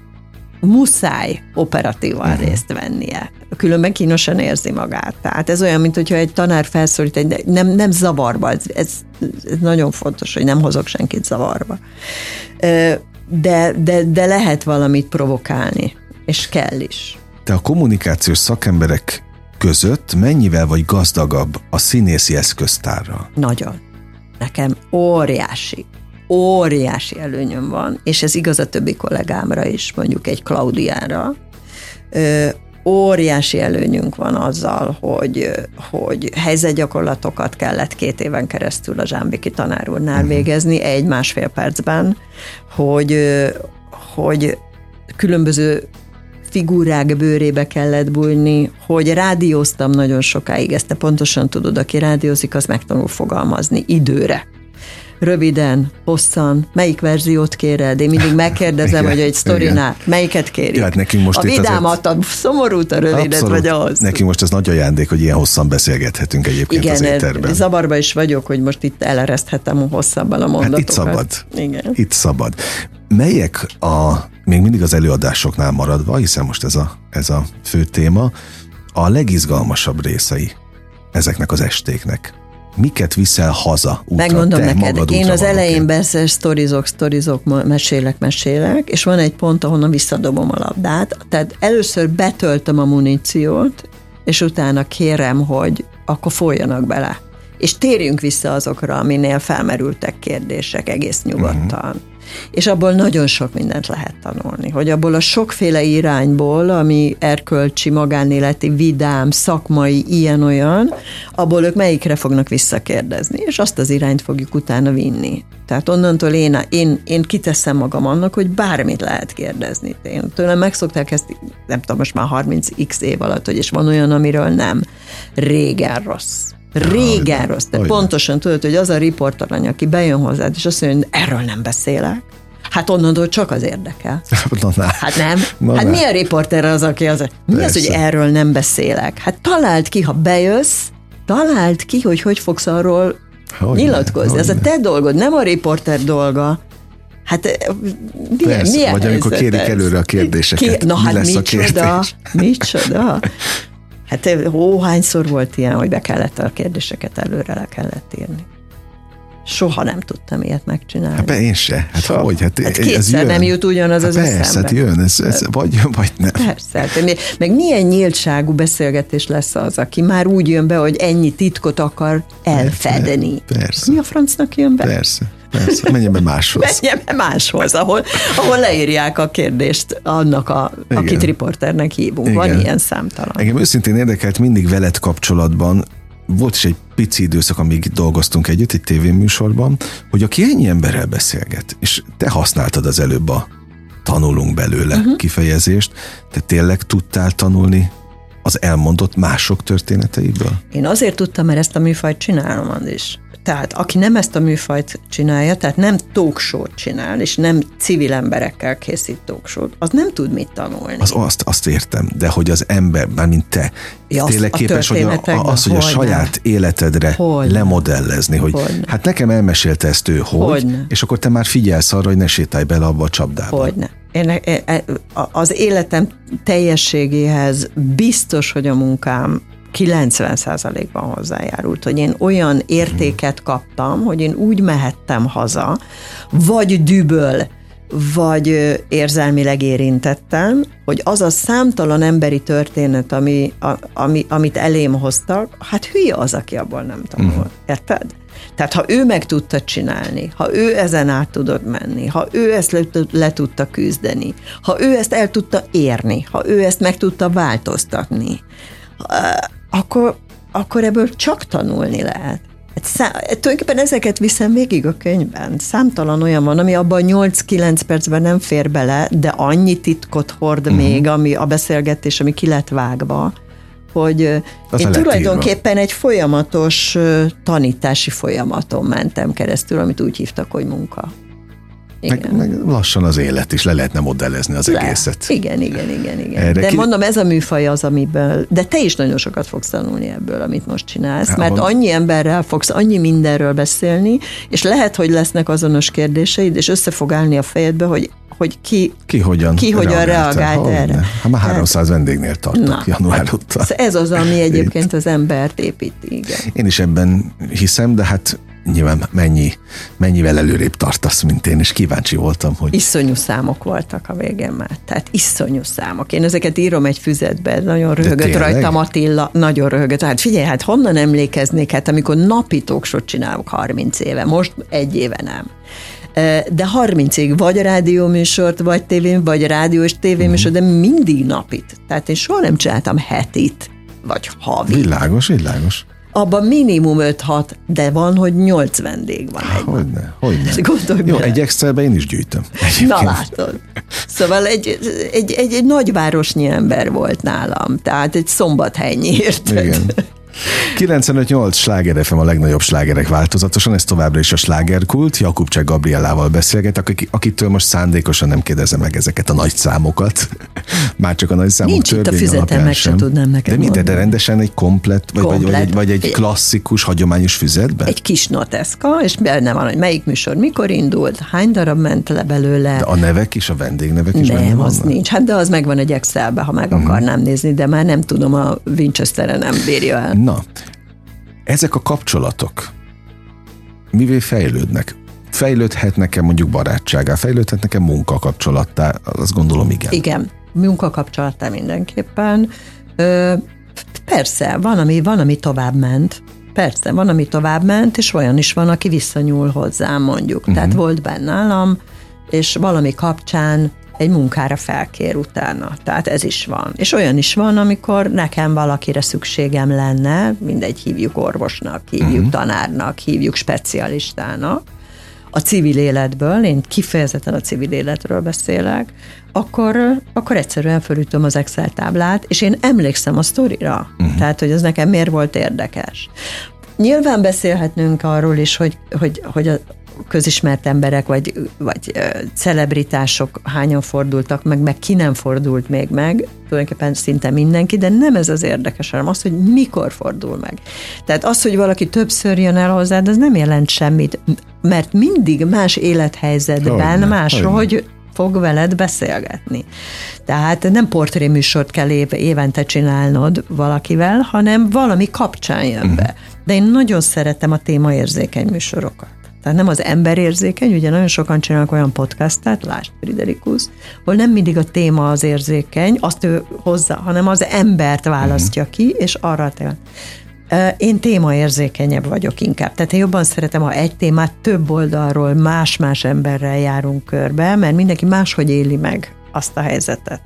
muszáj operatívan uh-huh. részt vennie. Különben kínosan érzi magát. Tehát ez olyan, mint hogyha egy tanár felszólít, egy, nem, nem zavarba. Ez, ez, ez nagyon fontos, hogy nem hozok senkit zavarba. De, de, de lehet valamit provokálni, és kell is. Te a kommunikációs szakemberek között mennyivel vagy gazdagabb a színészi eszköztárral? Nagyon. Nekem óriási. óriási előnyöm van, és ez igaz a többi kollégámra is, mondjuk egy Klaudiára. Ö, óriási előnyünk van azzal, hogy, hogy helyzetgyakorlatokat kellett két éven keresztül a Zsámbéki tanár úrnál uh-huh. végezni, egy-másfél percben, hogy, hogy különböző figurák bőrébe kellett bújni, hogy rádióztam nagyon sokáig, ezt te pontosan tudod, aki rádiózik, az megtanul fogalmazni időre. Röviden, hosszan, melyik verziót kéred? Én mindig megkérdezem, igen, hogy egy sztorinál, melyiket kérik? Hát nekünk most a vidámat, a szomorút, a rövidet, abszolút, vagy ahhoz? Nekünk most ez nagy ajándék, hogy ilyen hosszan beszélgethetünk egyébként igen, az étterben. Zavarba is vagyok, hogy most itt elereszthetem hosszabban a mondatokat. Hát itt szabad. Igen. Itt szabad. Melyek a, még mindig az előadásoknál maradva, hiszen most ez a, ez a fő téma, a legizgalmasabb részei ezeknek az estéknek? miket viszel haza útra? Megmondom Te neked, én az elején valóként. beszél, sztorizok, sztorizok, mesélek, mesélek, és van egy pont, ahonnan visszadobom a labdát, tehát először betöltöm a muníciót, és utána kérem, hogy akkor folyjanak bele. És térjünk vissza azokra, aminél felmerültek kérdések egész nyugodtan. Uh-huh. És abból nagyon sok mindent lehet tanulni, hogy abból a sokféle irányból, ami erkölcsi, magánéleti, vidám, szakmai, ilyen-olyan, abból ők melyikre fognak visszakérdezni, és azt az irányt fogjuk utána vinni. Tehát onnantól én, én, én kiteszem magam annak, hogy bármit lehet kérdezni. Én tőlem megszokták ezt, nem tudom, most már harminc x év alatt, hogy és van olyan, amiről nem. Régen rossz. Régen Ajna, rossz. Te pontosan tudod, hogy az a riportalany, aki bejön hozzád, és azt mondja, hogy erről nem beszélek, hát onnantól csak az érdekel. Na, hát nem. Na, hát na. mi a riporter az, aki az, mi Persze. az, hogy erről nem beszélek? Hát találd ki, ha bejössz, találd ki, hogy hogy fogsz arról hogy nyilatkozni. Ne, Ez a te dolgod, nem a riporter dolga. Hát milyen, Persze, milyen vagy amikor kérik ez? előre a kérdéseket. Ki, na mi hát lesz micsoda, a kérdés? micsoda. Hát hó, hányszor volt ilyen, hogy be kellett a kérdéseket előre le kellett írni. Soha nem tudtam ilyet megcsinálni. Hát be én se. Hát Soha. hogy? Hát, hát ez kétszer jön. nem jut ugyanaz hát az persze, eszembe. Hát jön, ez, ez vagy jön, vagy nem. Persze. Hát, meg milyen nyíltságú beszélgetés lesz az, aki már úgy jön be, hogy ennyi titkot akar elfedni. Persze. Mi a francnak jön be? Persze. Persze, menjen be máshoz. Menjen be máshoz, ahol, ahol leírják a kérdést annak, a, akit riporternek hívunk. Igen. Van ilyen számtalan. Engem őszintén érdekelt mindig veled kapcsolatban, volt is egy pici időszak, amíg dolgoztunk együtt egy tévéműsorban, hogy aki ennyi emberrel beszélget, és te használtad az előbb a tanulunk belőle uh-huh. kifejezést, te tényleg tudtál tanulni az elmondott mások történeteiből? Én azért tudtam, mert ezt a műfajt csinálom, Andris. Tehát aki nem ezt a műfajt csinálja, tehát nem talk show-t csinál, és nem civil emberekkel készít talk show-t, az nem tud mit tanulni. Az, azt, azt értem, de hogy az ember, mármint te, ja, tényleg képes, hogy a, a, az, hogy a saját nem. életedre hogy lemodellezni, hogy hogy hát nekem elmesélte ezt ő, hogy, hogy és akkor te már figyelsz arra, hogy ne sétálj bele abba a csapdába. Hogyne. Én, az életem teljességéhez biztos, hogy a munkám kilencven százalékban hozzájárult, hogy én olyan értéket kaptam, hogy én úgy mehettem haza, vagy düböl, vagy érzelmileg érintettem, hogy az a számtalan emberi történet, ami, a, ami, amit elém hoztak, hát hülye az, aki abból nem tanul. Uh-huh. Érted? Tehát ha ő meg tudta csinálni, ha ő ezen át tudott menni, ha ő ezt le, le tudta küzdeni, ha ő ezt el tudta érni, ha ő ezt meg tudta változtatni, akkor, akkor ebből csak tanulni lehet. Szá- tulajdonképpen ezeket viszem végig a könyvben. Számtalan olyan van, ami abban nyolc-kilenc percben nem fér bele, de annyi titkot hord uh-huh. még, ami a beszélgetés, ami ki lett vágva, hogy az én tulajdonképpen egy folyamatos tanítási folyamaton mentem keresztül, amit úgy hívtak, hogy munka. Meg, meg lassan az élet is, le lehetne modellezni az le. egészet. Igen, igen, igen, igen. Erre de ki... mondom, ez a műfaj az, amiből, de te is nagyon sokat fogsz tanulni ebből, amit most csinálsz, hát, mert van... annyi emberrel fogsz annyi mindenről beszélni, és lehet, hogy lesznek azonos kérdéseid, és össze fog állni a fejedbe, hogy hogy ki, ki hogyan, ki hogyan reagált ha, erre. Ha már háromszáz vendégnél tartok Na, január óta. Ez az, ami egyébként az embert építi. Igen. Én is ebben hiszem, de hát nyilván mennyi, mennyivel előrébb tartasz, mint én, és kíváncsi voltam, hogy... Iszonyú számok voltak a végén már. Tehát iszonyú számok. Én ezeket írom egy füzetbe, nagyon röhögött rajtam Attila, nagyon röhögött. Hát figyelj, hát honnan emlékeznék, hát amikor napi talkshow-t csinálok harminc éve, most egy éve nem. De harmincig vagy rádióműsort, vagy tévén, vagy rádió és tévéműsor, de mindig napit. Tehát én soha nem csináltam hetit, vagy havi. Világos, világos. Abban minimum öt-hat, de van, hogy nyolc vendég van egyben. Hogyne, hogyne. Gondolj Jó, egy Excelben én is gyűjtöm. Egyébként. Na látod. Szóval egy, egy, egy, egy nagyvárosnyi ember volt nálam, tehát egy Szombathely-nyi, érted? Igen. kilencvenöt nyolc Sláger ef em a legnagyobb slágerek változatosan, ez továbbra is a slágerkult. Jakubcsák Gabriellával beszélget, akitől most szándékosan nem kérdezem meg ezeket a nagy számokat. Már csak a nagy számok Nincs itt a füzetem, meg sem tudnám neked De minden, de rendesen egy komplett, vagy, komplet. vagy, vagy, vagy egy klasszikus, hagyományos füzetben? Egy kis noteszka, és benne van, hogy melyik műsor mikor indult, hány darab ment le belőle. De a nevek is, a vendégnevek is nem, benne vannak? Az nincs. Hát de az megvan egy Excelbe, ha meg uh-huh. akarnám nézni, de már nem tudom, a Winchester-re nem bírja el. Na, Ezek a kapcsolatok mivé fejlődnek? Fejlődhetnek-e mondjuk barátságá? Fejlődhetnek-e munkakapcsolattá? Azt gondolom, igen. Igen, munkakapcsolattá mindenképpen. Ö, persze, van ami, van, ami tovább ment. Persze, van, ami tovább ment, és olyan is van, aki visszanyúl hozzám, mondjuk. Uh-huh. Tehát volt benne nálam, és valami kapcsán egy munkára felkér utána. Tehát ez is van. És olyan is van, amikor nekem valakire szükségem lenne, mindegy, hívjuk orvosnak, hívjuk uh-huh. tanárnak, hívjuk specialistának, a civil életből, én kifejezetten a civil életről beszélek, akkor, akkor egyszerűen fölütöm az Excel táblát, és én emlékszem a sztorira. Uh-huh. Tehát, hogy ez nekem miért volt érdekes. Nyilván beszélhetnünk arról is, hogy, hogy, hogy a közismert emberek, vagy, vagy celebritások hányan fordultak meg, meg ki nem fordult még meg, tulajdonképpen szinte mindenki, de nem ez az érdekes, hanem az, hogy mikor fordul meg. Tehát az, hogy valaki többször jön el hozzád, az nem jelent semmit, mert mindig más élethelyzetben, hogyne, máshogy hogyne. fog veled beszélgetni. Tehát nem portréműsort kell év, évente csinálnod valakivel, hanem valami kapcsán jön uh-huh. be. De én nagyon szeretem a témaérzékeny műsorokat. Tehát nem az emberérzékeny, ugye nagyon sokan csinálnak olyan podcastet, lásd Friderikus, hol nem mindig a téma az érzékeny, azt ő hozza, hanem az embert választja uh-huh. ki, és arra te. Én témaérzékenyebb vagyok inkább. Tehát én jobban szeretem, ha egy témát több oldalról más-más emberrel járunk körbe, mert mindenki máshogy éli meg azt a helyzetet.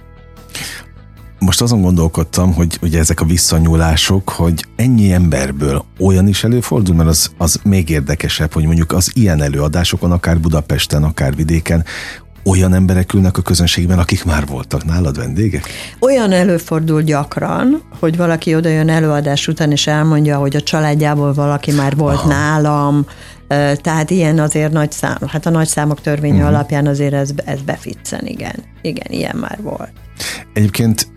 Most azon gondolkodtam, hogy ugye ezek a visszanyúlások, hogy ennyi emberből olyan is előfordul, mert az, az még érdekesebb, hogy mondjuk az ilyen előadásokon, akár Budapesten, akár vidéken, olyan emberek ülnek a közönségben, akik már voltak nálad vendégek? Olyan előfordul gyakran, hogy valaki oda jön előadás után, és elmondja, hogy a családjából valaki már volt Aha. nálam, tehát ilyen azért nagy szám, hát a nagy számok törvénye uh-huh. alapján azért ez, ez beficcen, igen. Igen, ilyen már volt. Egyébként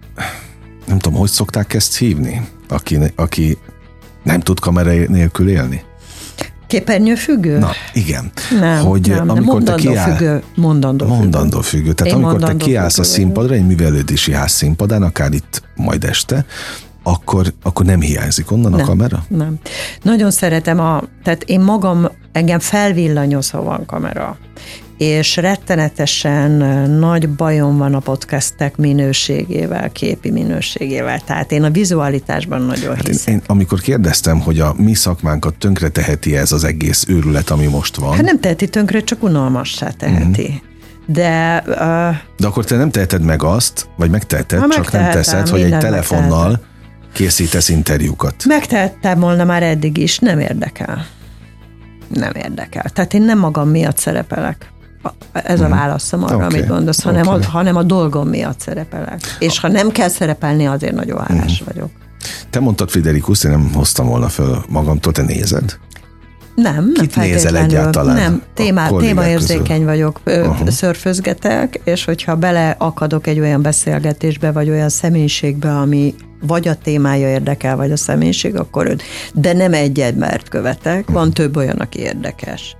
nem tudom, hogy szokták ezt hívni, aki, aki nem tud kamera nélkül élni? Képernyőfüggő? Na, igen. Nem, hogy nem, amikor mondandó te kiáll, függő. Mondandó függő. Mondandó függő. Tehát Én amikor te kiállsz függő. a színpadra, egy művelődési ház színpadán, akár itt majd este, akkor, akkor nem hiányzik onnan nem, a kamera? Nem. Nagyon szeretem a, tehát én magam, engem felvillanyoz, ha van kamera. És rettenetesen nagy bajom van a podcastek minőségével, képi minőségével. Tehát én a vizualitásban nagyon hát hiszem. Én, én amikor kérdeztem, hogy a mi szakmánkat tönkre teheti ez az egész őrület, ami most van. Hát nem teheti tönkre, csak unalmassá teheti. Uh-huh. De... Uh, De akkor te nem teheted meg azt, vagy megteheted, csak megtehetem, nem teszed, hogy egy telefonnal megtehetem. Készítesz interjúkat. Megtehettem volna már eddig is, nem érdekel. Nem érdekel. Tehát én nem magam miatt szerepelek. Ez a válaszom arra, okay. amit mondasz, hanem, okay. a, hanem a dolgom miatt szerepelek. És ha nem kell szerepelni, azért nagyon hálás uh-huh. vagyok. Te mondtad, Friderikus, én nem hoztam volna föl magamtól, te nézed? Nem, Kit nem nézel egyáltalán? Nem, témá, témaérzékeny vagyok, uh-huh. szörfözgetek, és hogyha beleakadok egy olyan beszélgetésbe, vagy olyan személyiségbe, ami vagy a témája érdekel, vagy a személyiség, akkor őt. De nem egy embert követek, van uh-huh. több olyan, aki érdekes.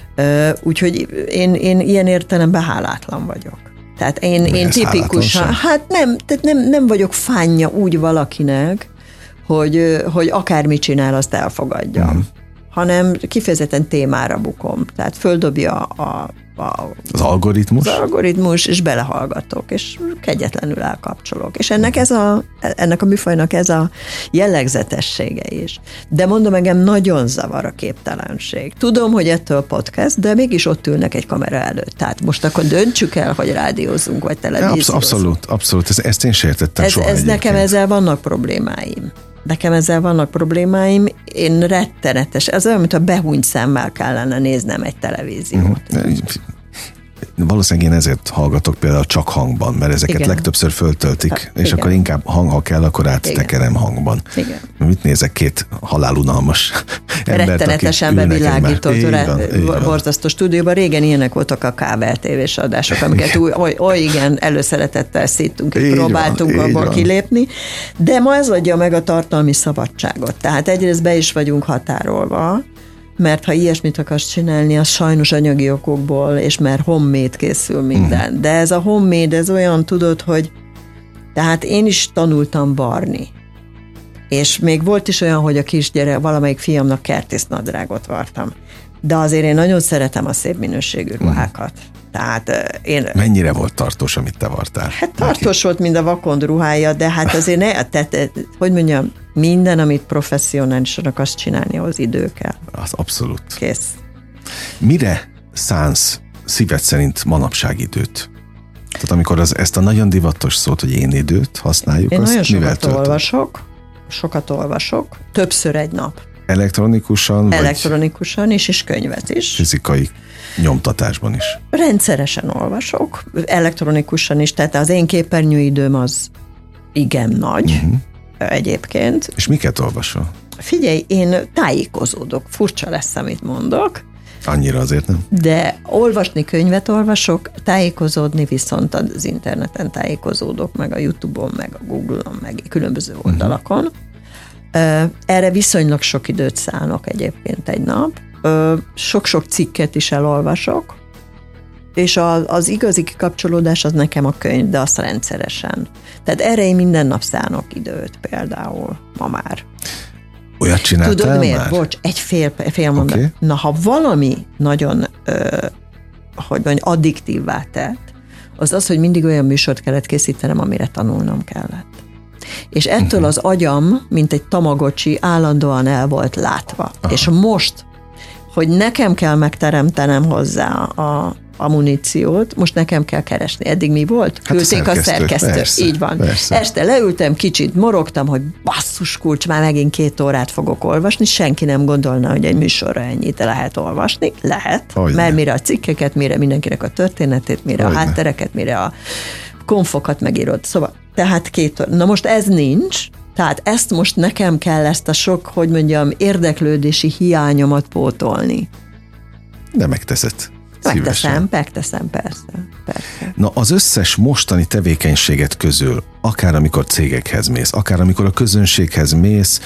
Úgyhogy én, én ilyen értelemben hálátlan vagyok. Tehát én, én tipikusan, hát nem, tehát nem, nem vagyok fánja úgy valakinek, hogy, hogy akármit csinál, azt elfogadjam. Uh-huh. Hanem kifejezetten témára bukom. Tehát földobja a, a, az algoritmus? Az algoritmus, és belehallgatok, és kegyetlenül elkapcsolok. És ennek, ez a, ennek a műfajnak ez a jellegzetessége is. De mondom, engem nagyon zavar a képtelenség. Tudom, hogy ettől podcast, de mégis ott ülnek egy kamera előtt. Tehát most akkor döntsük el, hogy rádiózunk, vagy televíziózunk. Abszolút, abszolút. Ezt, ezt én sértettem ez, soha ez nekem ezzel vannak problémáim. Nekem ezzel vannak problémáim, én rettenetes, ez olyan, mint a behúnyt szemmel kellene néznem egy televíziót. Uh-huh. Valószínűleg én ezért hallgatok például csak hangban, mert ezeket Igen. legtöbbször föltöltik, ha, és igen. akkor inkább hang, ha kell, akkor áttekerem hangban. Igen. Mit nézek két halálunalmas embert, rettenetesen bevilágított, borzasztó stúdióban. Régen ilyenek voltak a kábel tévés adások, amiket új, oly, oly igen, előszeretettel szíttünk, és próbáltunk van, abból kilépni, de ma ez adja meg a tartalmi szabadságot. Tehát egyrészt be is vagyunk határolva, mert ha ilyesmit akarsz csinálni, az sajnos anyagi okokból, és mert homemade készül minden. Mm. De ez a homemade, ez olyan, tudod, hogy tehát én is tanultam barni. És még volt is olyan, hogy a kisgyere, valamelyik fiamnak kertésznadrágot vartam. De azért én nagyon szeretem a szép minőségű ruhákat. Mm. Tehát én... Mennyire volt tartós, amit te vartál? Hát tartós volt, mint a vakond ruhája, de hát azért ne, tehát, hogy mondjam, minden, amit professzionálisan akarsz csinálni, az idő kell. Az abszolút. Kész. Mire szánsz szíved szerint manapság időt? Tehát amikor az, ezt a nagyon divatos szót, hogy én időt használjuk, én azt nagyon mivel sokat töltöd? olvasok, sokat olvasok, többször egy nap. Elektronikusan? Elektronikusan is, és könyvet is. Fizikai nyomtatásban is. Rendszeresen olvasok, elektronikusan is, tehát az én képernyőidőm az igen nagy uh-huh. egyébként. És miket olvasol? Figyelj, én tájékozódok, furcsa lesz, amit mondok. Annyira azért nem? De olvasni könyvet olvasok, tájékozódni viszont az interneten tájékozódok, meg a YouTube-on, meg a Google-on, meg különböző oldalakon. Uh-huh. Erre viszonylag sok időt szánok egyébként egy nap. Sok-sok cikket is elolvasok, és az, az igazi kikapcsolódás az nekem a könyv, de azt rendszeresen. Tehát erre én minden nap szánok időt például, ma már. Olyat csináltál Tudod miért? már? Bocs, egy fél, fél mondat. Okay. Na, ha valami nagyon, ö, hogy mondjam, addiktívvá tett, az az, hogy mindig olyan műsort kellett készítenem, amire tanulnom kellett. És ettől uh-huh. az agyam, mint egy tamagocsi, állandóan el volt látva. Aha. És most, hogy nekem kell megteremtenem hozzá a, a muníciót, most nekem kell keresni. Eddig mi volt? Hát Küldték a szerkesztőt. Persze, így van. Persze. Este leültem, kicsit morogtam, hogy basszus kulcs, már megint két órát fogok olvasni, senki nem gondolna, hogy egy műsorra ennyit lehet olvasni. Lehet, Hogyne. mert mire a cikkeket, mire mindenkinek a történetét, mire Hogyne. a háttereket, mire a konfokat megírod. Szóval, tehát két óra. Na most ez nincs, tehát ezt most nekem kell ezt a sok, hogy mondjam, érdeklődési hiányomat pótolni. De megteszed. Megteszem, megteszem, persze, persze. Na, az összes mostani tevékenységet közül, akár amikor cégekhez mész, akár amikor a közönséghez mész,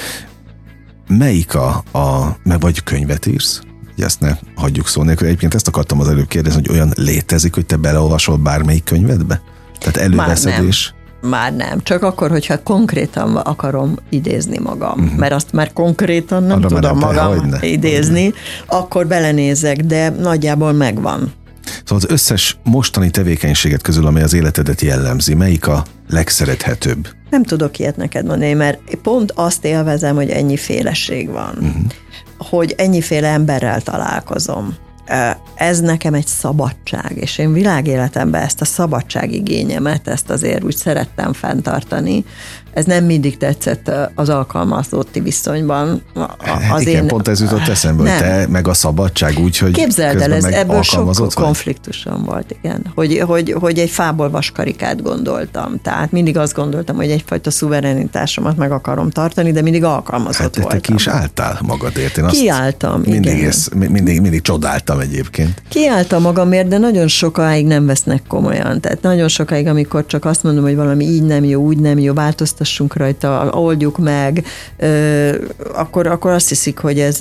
melyik a, a meg vagy könyvet írsz? Ugye ezt ne hagyjuk szó nélkül. Egyébként ezt akartam az előbb kérdezni, hogy olyan létezik, hogy te beleolvasol bármelyik könyvedbe? Tehát előveszed és... Már nem, csak akkor, hogyha konkrétan akarom idézni magam, uh-huh. mert azt már konkrétan nem Arra tudom nem magam hagyne. idézni, hagyne. Akkor belenézek, de nagyjából megvan. Szóval az összes mostani tevékenységet közül, amely az életedet jellemzi, melyik a legszerethetőbb? Nem tudok ilyet neked mondani, mert pont azt élvezem, hogy ennyi féleség van, uh-huh. hogy ennyiféle emberrel találkozom. Ez nekem egy szabadság, és én világéletemben ezt a szabadságigényemet, ezt azért úgy szerettem fenntartani. Ez nem mindig tetszett az alkalmazotti viszonyban. Az Igen, én... pont ez jutott eszembe, hogy te meg a szabadság úgy, hogy képzeld el, ez, ebből sok vagy? konfliktusom volt, igen. Hogy, hogy, hogy egy fából vaskarikát gondoltam. Tehát mindig azt gondoltam, hogy egyfajta szuverenitásomat meg akarom tartani, de mindig alkalmazott hát, voltam. Te ki is álltál magadért. Én Kiálltam, mindig igen. Ezt, mindig, mindig csodáltam egyébként. Kiálltam magamért, de nagyon sokáig nem vesznek komolyan. Tehát nagyon sokáig, amikor csak azt mondom, hogy valami így nem jó, úgy nem jó, változtassunk rajta, oldjuk meg, ö, akkor, akkor azt hiszik, hogy ez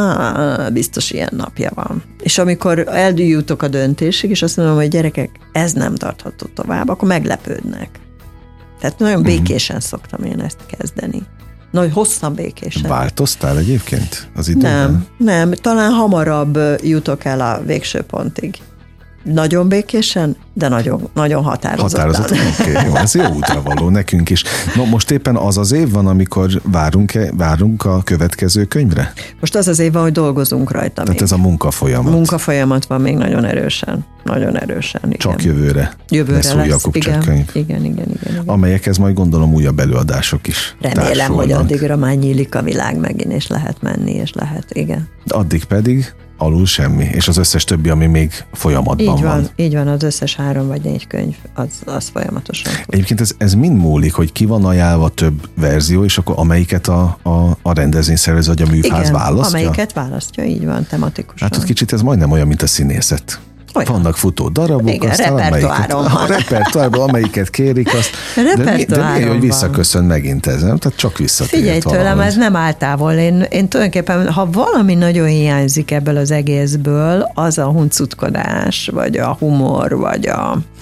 á, biztos ilyen napja van. És amikor eldűjutok a döntésig, és azt mondom, hogy gyerekek, ez nem tartható tovább, akkor meglepődnek. Tehát nagyon békésen uh-huh. szoktam én ezt kezdeni. Nagy hosszan békésen. Változtál egyébként az időben? Nem, nem. Talán hamarabb jutok el a végső pontig. Nagyon békésen, de nagyon, nagyon határozottan. Határozottan, oké, okay, jó, ez jó útra való nekünk is. No, most éppen az az év van, amikor várunk, várunk a következő könyvre? Most az az év van, hogy dolgozunk rajta. Tehát még. ez a munkafolyamat. Munkafolyamat van még nagyon erősen. Nagyon erősen, igen. Csak jövőre. Jövőre lesz, lesz új Jakub igen, könyv. Igen, igen, igen, igen. Amelyekhez majd gondolom újabb előadások is Remélem, társulnak. hogy addigra már nyílik a világ megint, és lehet menni, és lehet, igen. Addig pedig alul semmi, és az összes többi, ami még folyamatban így van. van. Így van, az összes három vagy négy könyv, az, az folyamatosan. Egyébként ez, ez mind múlik, hogy ki van ajánlva több verzió, és akkor amelyiket a, a, a rendezvényszervező vagy a műfáz Igen, választja? amelyiket választja, így van, tematikusan. Hát ott kicsit ez majdnem olyan, mint a színészet. Olyan. Vannak futó darabok, igen, aztán amelyiket, a repertoárban, amelyiket kérik, azt, de, mi, de milyen, hogy visszaköszön megint ez, nem? Tehát csak visszatért. Figyelj tőlem, valahogy. Ez nem áll távol. Én, én tulajdonképpen, ha valami nagyon hiányzik ebből az egészből, az a huncutkodás, vagy a humor, vagy a,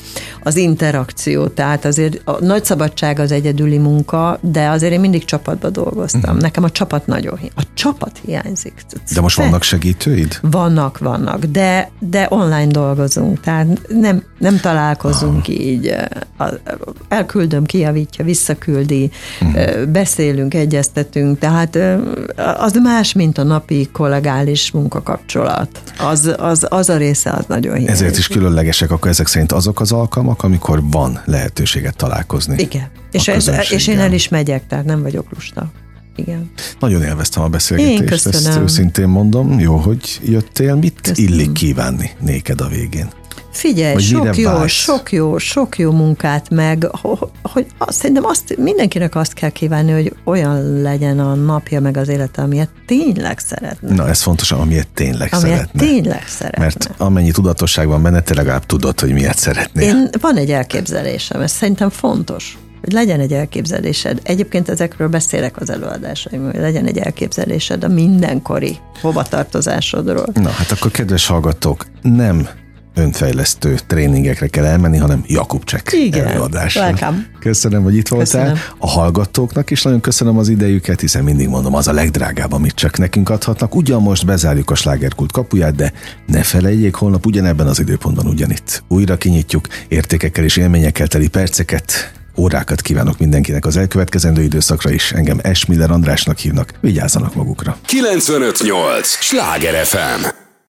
az interakció, tehát azért a nagy szabadság az egyedüli munka, de azért én mindig csapatba dolgoztam. Uh-huh. Nekem a csapat nagyon hi- A csapat hiányzik. De most vannak segítőid? Vannak, vannak, de, de online dolgozunk, tehát nem, nem találkozunk ah. így. Elküldöm, kijavítja, visszaküldi, uh-huh. beszélünk, egyeztetünk, tehát az más, mint a napi kollegális munkakapcsolat. Az, az, az a része az nagyon hiányzik. Ezért is különlegesek akkor ezek szerint azok az alkalmak, amikor van lehetőséget találkozni. Igen, és, ez, és én el is megyek, tehát nem vagyok lusta. Igen. Nagyon élveztem a beszélgetést, ezt őszintén mondom. Jó, hogy jöttél. Mit köszönöm. Illik kívánni néked a végén? Figyelj, vagy sok jó, vágysz? sok jó, sok jó munkát, meg hogy azt, szerintem azt, mindenkinek azt kell kívánni, hogy olyan legyen a napja, meg az élete, amilyet tényleg szeretne. Na, ez fontos, amilyet tényleg amilyet szeretne. tényleg szeretne. Mert amennyi tudatosság van benne, te legalább tudod, hogy miért szeretnél. Én, van egy elképzelésem, ez szerintem fontos, hogy legyen egy elképzelésed. Egyébként ezekről beszélek az előadásaim, hogy legyen egy elképzelésed a mindenkori hovatartozásodról. Na, hát akkor kedves hallgatók, nem önfejlesztő tréningekre kell elmenni, hanem Jakubcsek előadásra. Welcome. Köszönöm, hogy itt voltál. Köszönöm. A hallgatóknak is nagyon köszönöm az idejüket, hiszen mindig mondom, az a legdrágább, amit csak nekünk adhatnak. Ugyan most bezárjuk a Slágerkult kapuját, de ne felejtjék, holnap ugyanebben az időpontban ugyanitt újra kinyitjuk, értékekkel és élményekkel teli perceket, órákat kívánok mindenkinek az elkövetkezendő időszakra is. Engem Esmiller Andrásnak hívnak. Vigyázzanak magukra. kilencvenöt nyolc Sláger ef em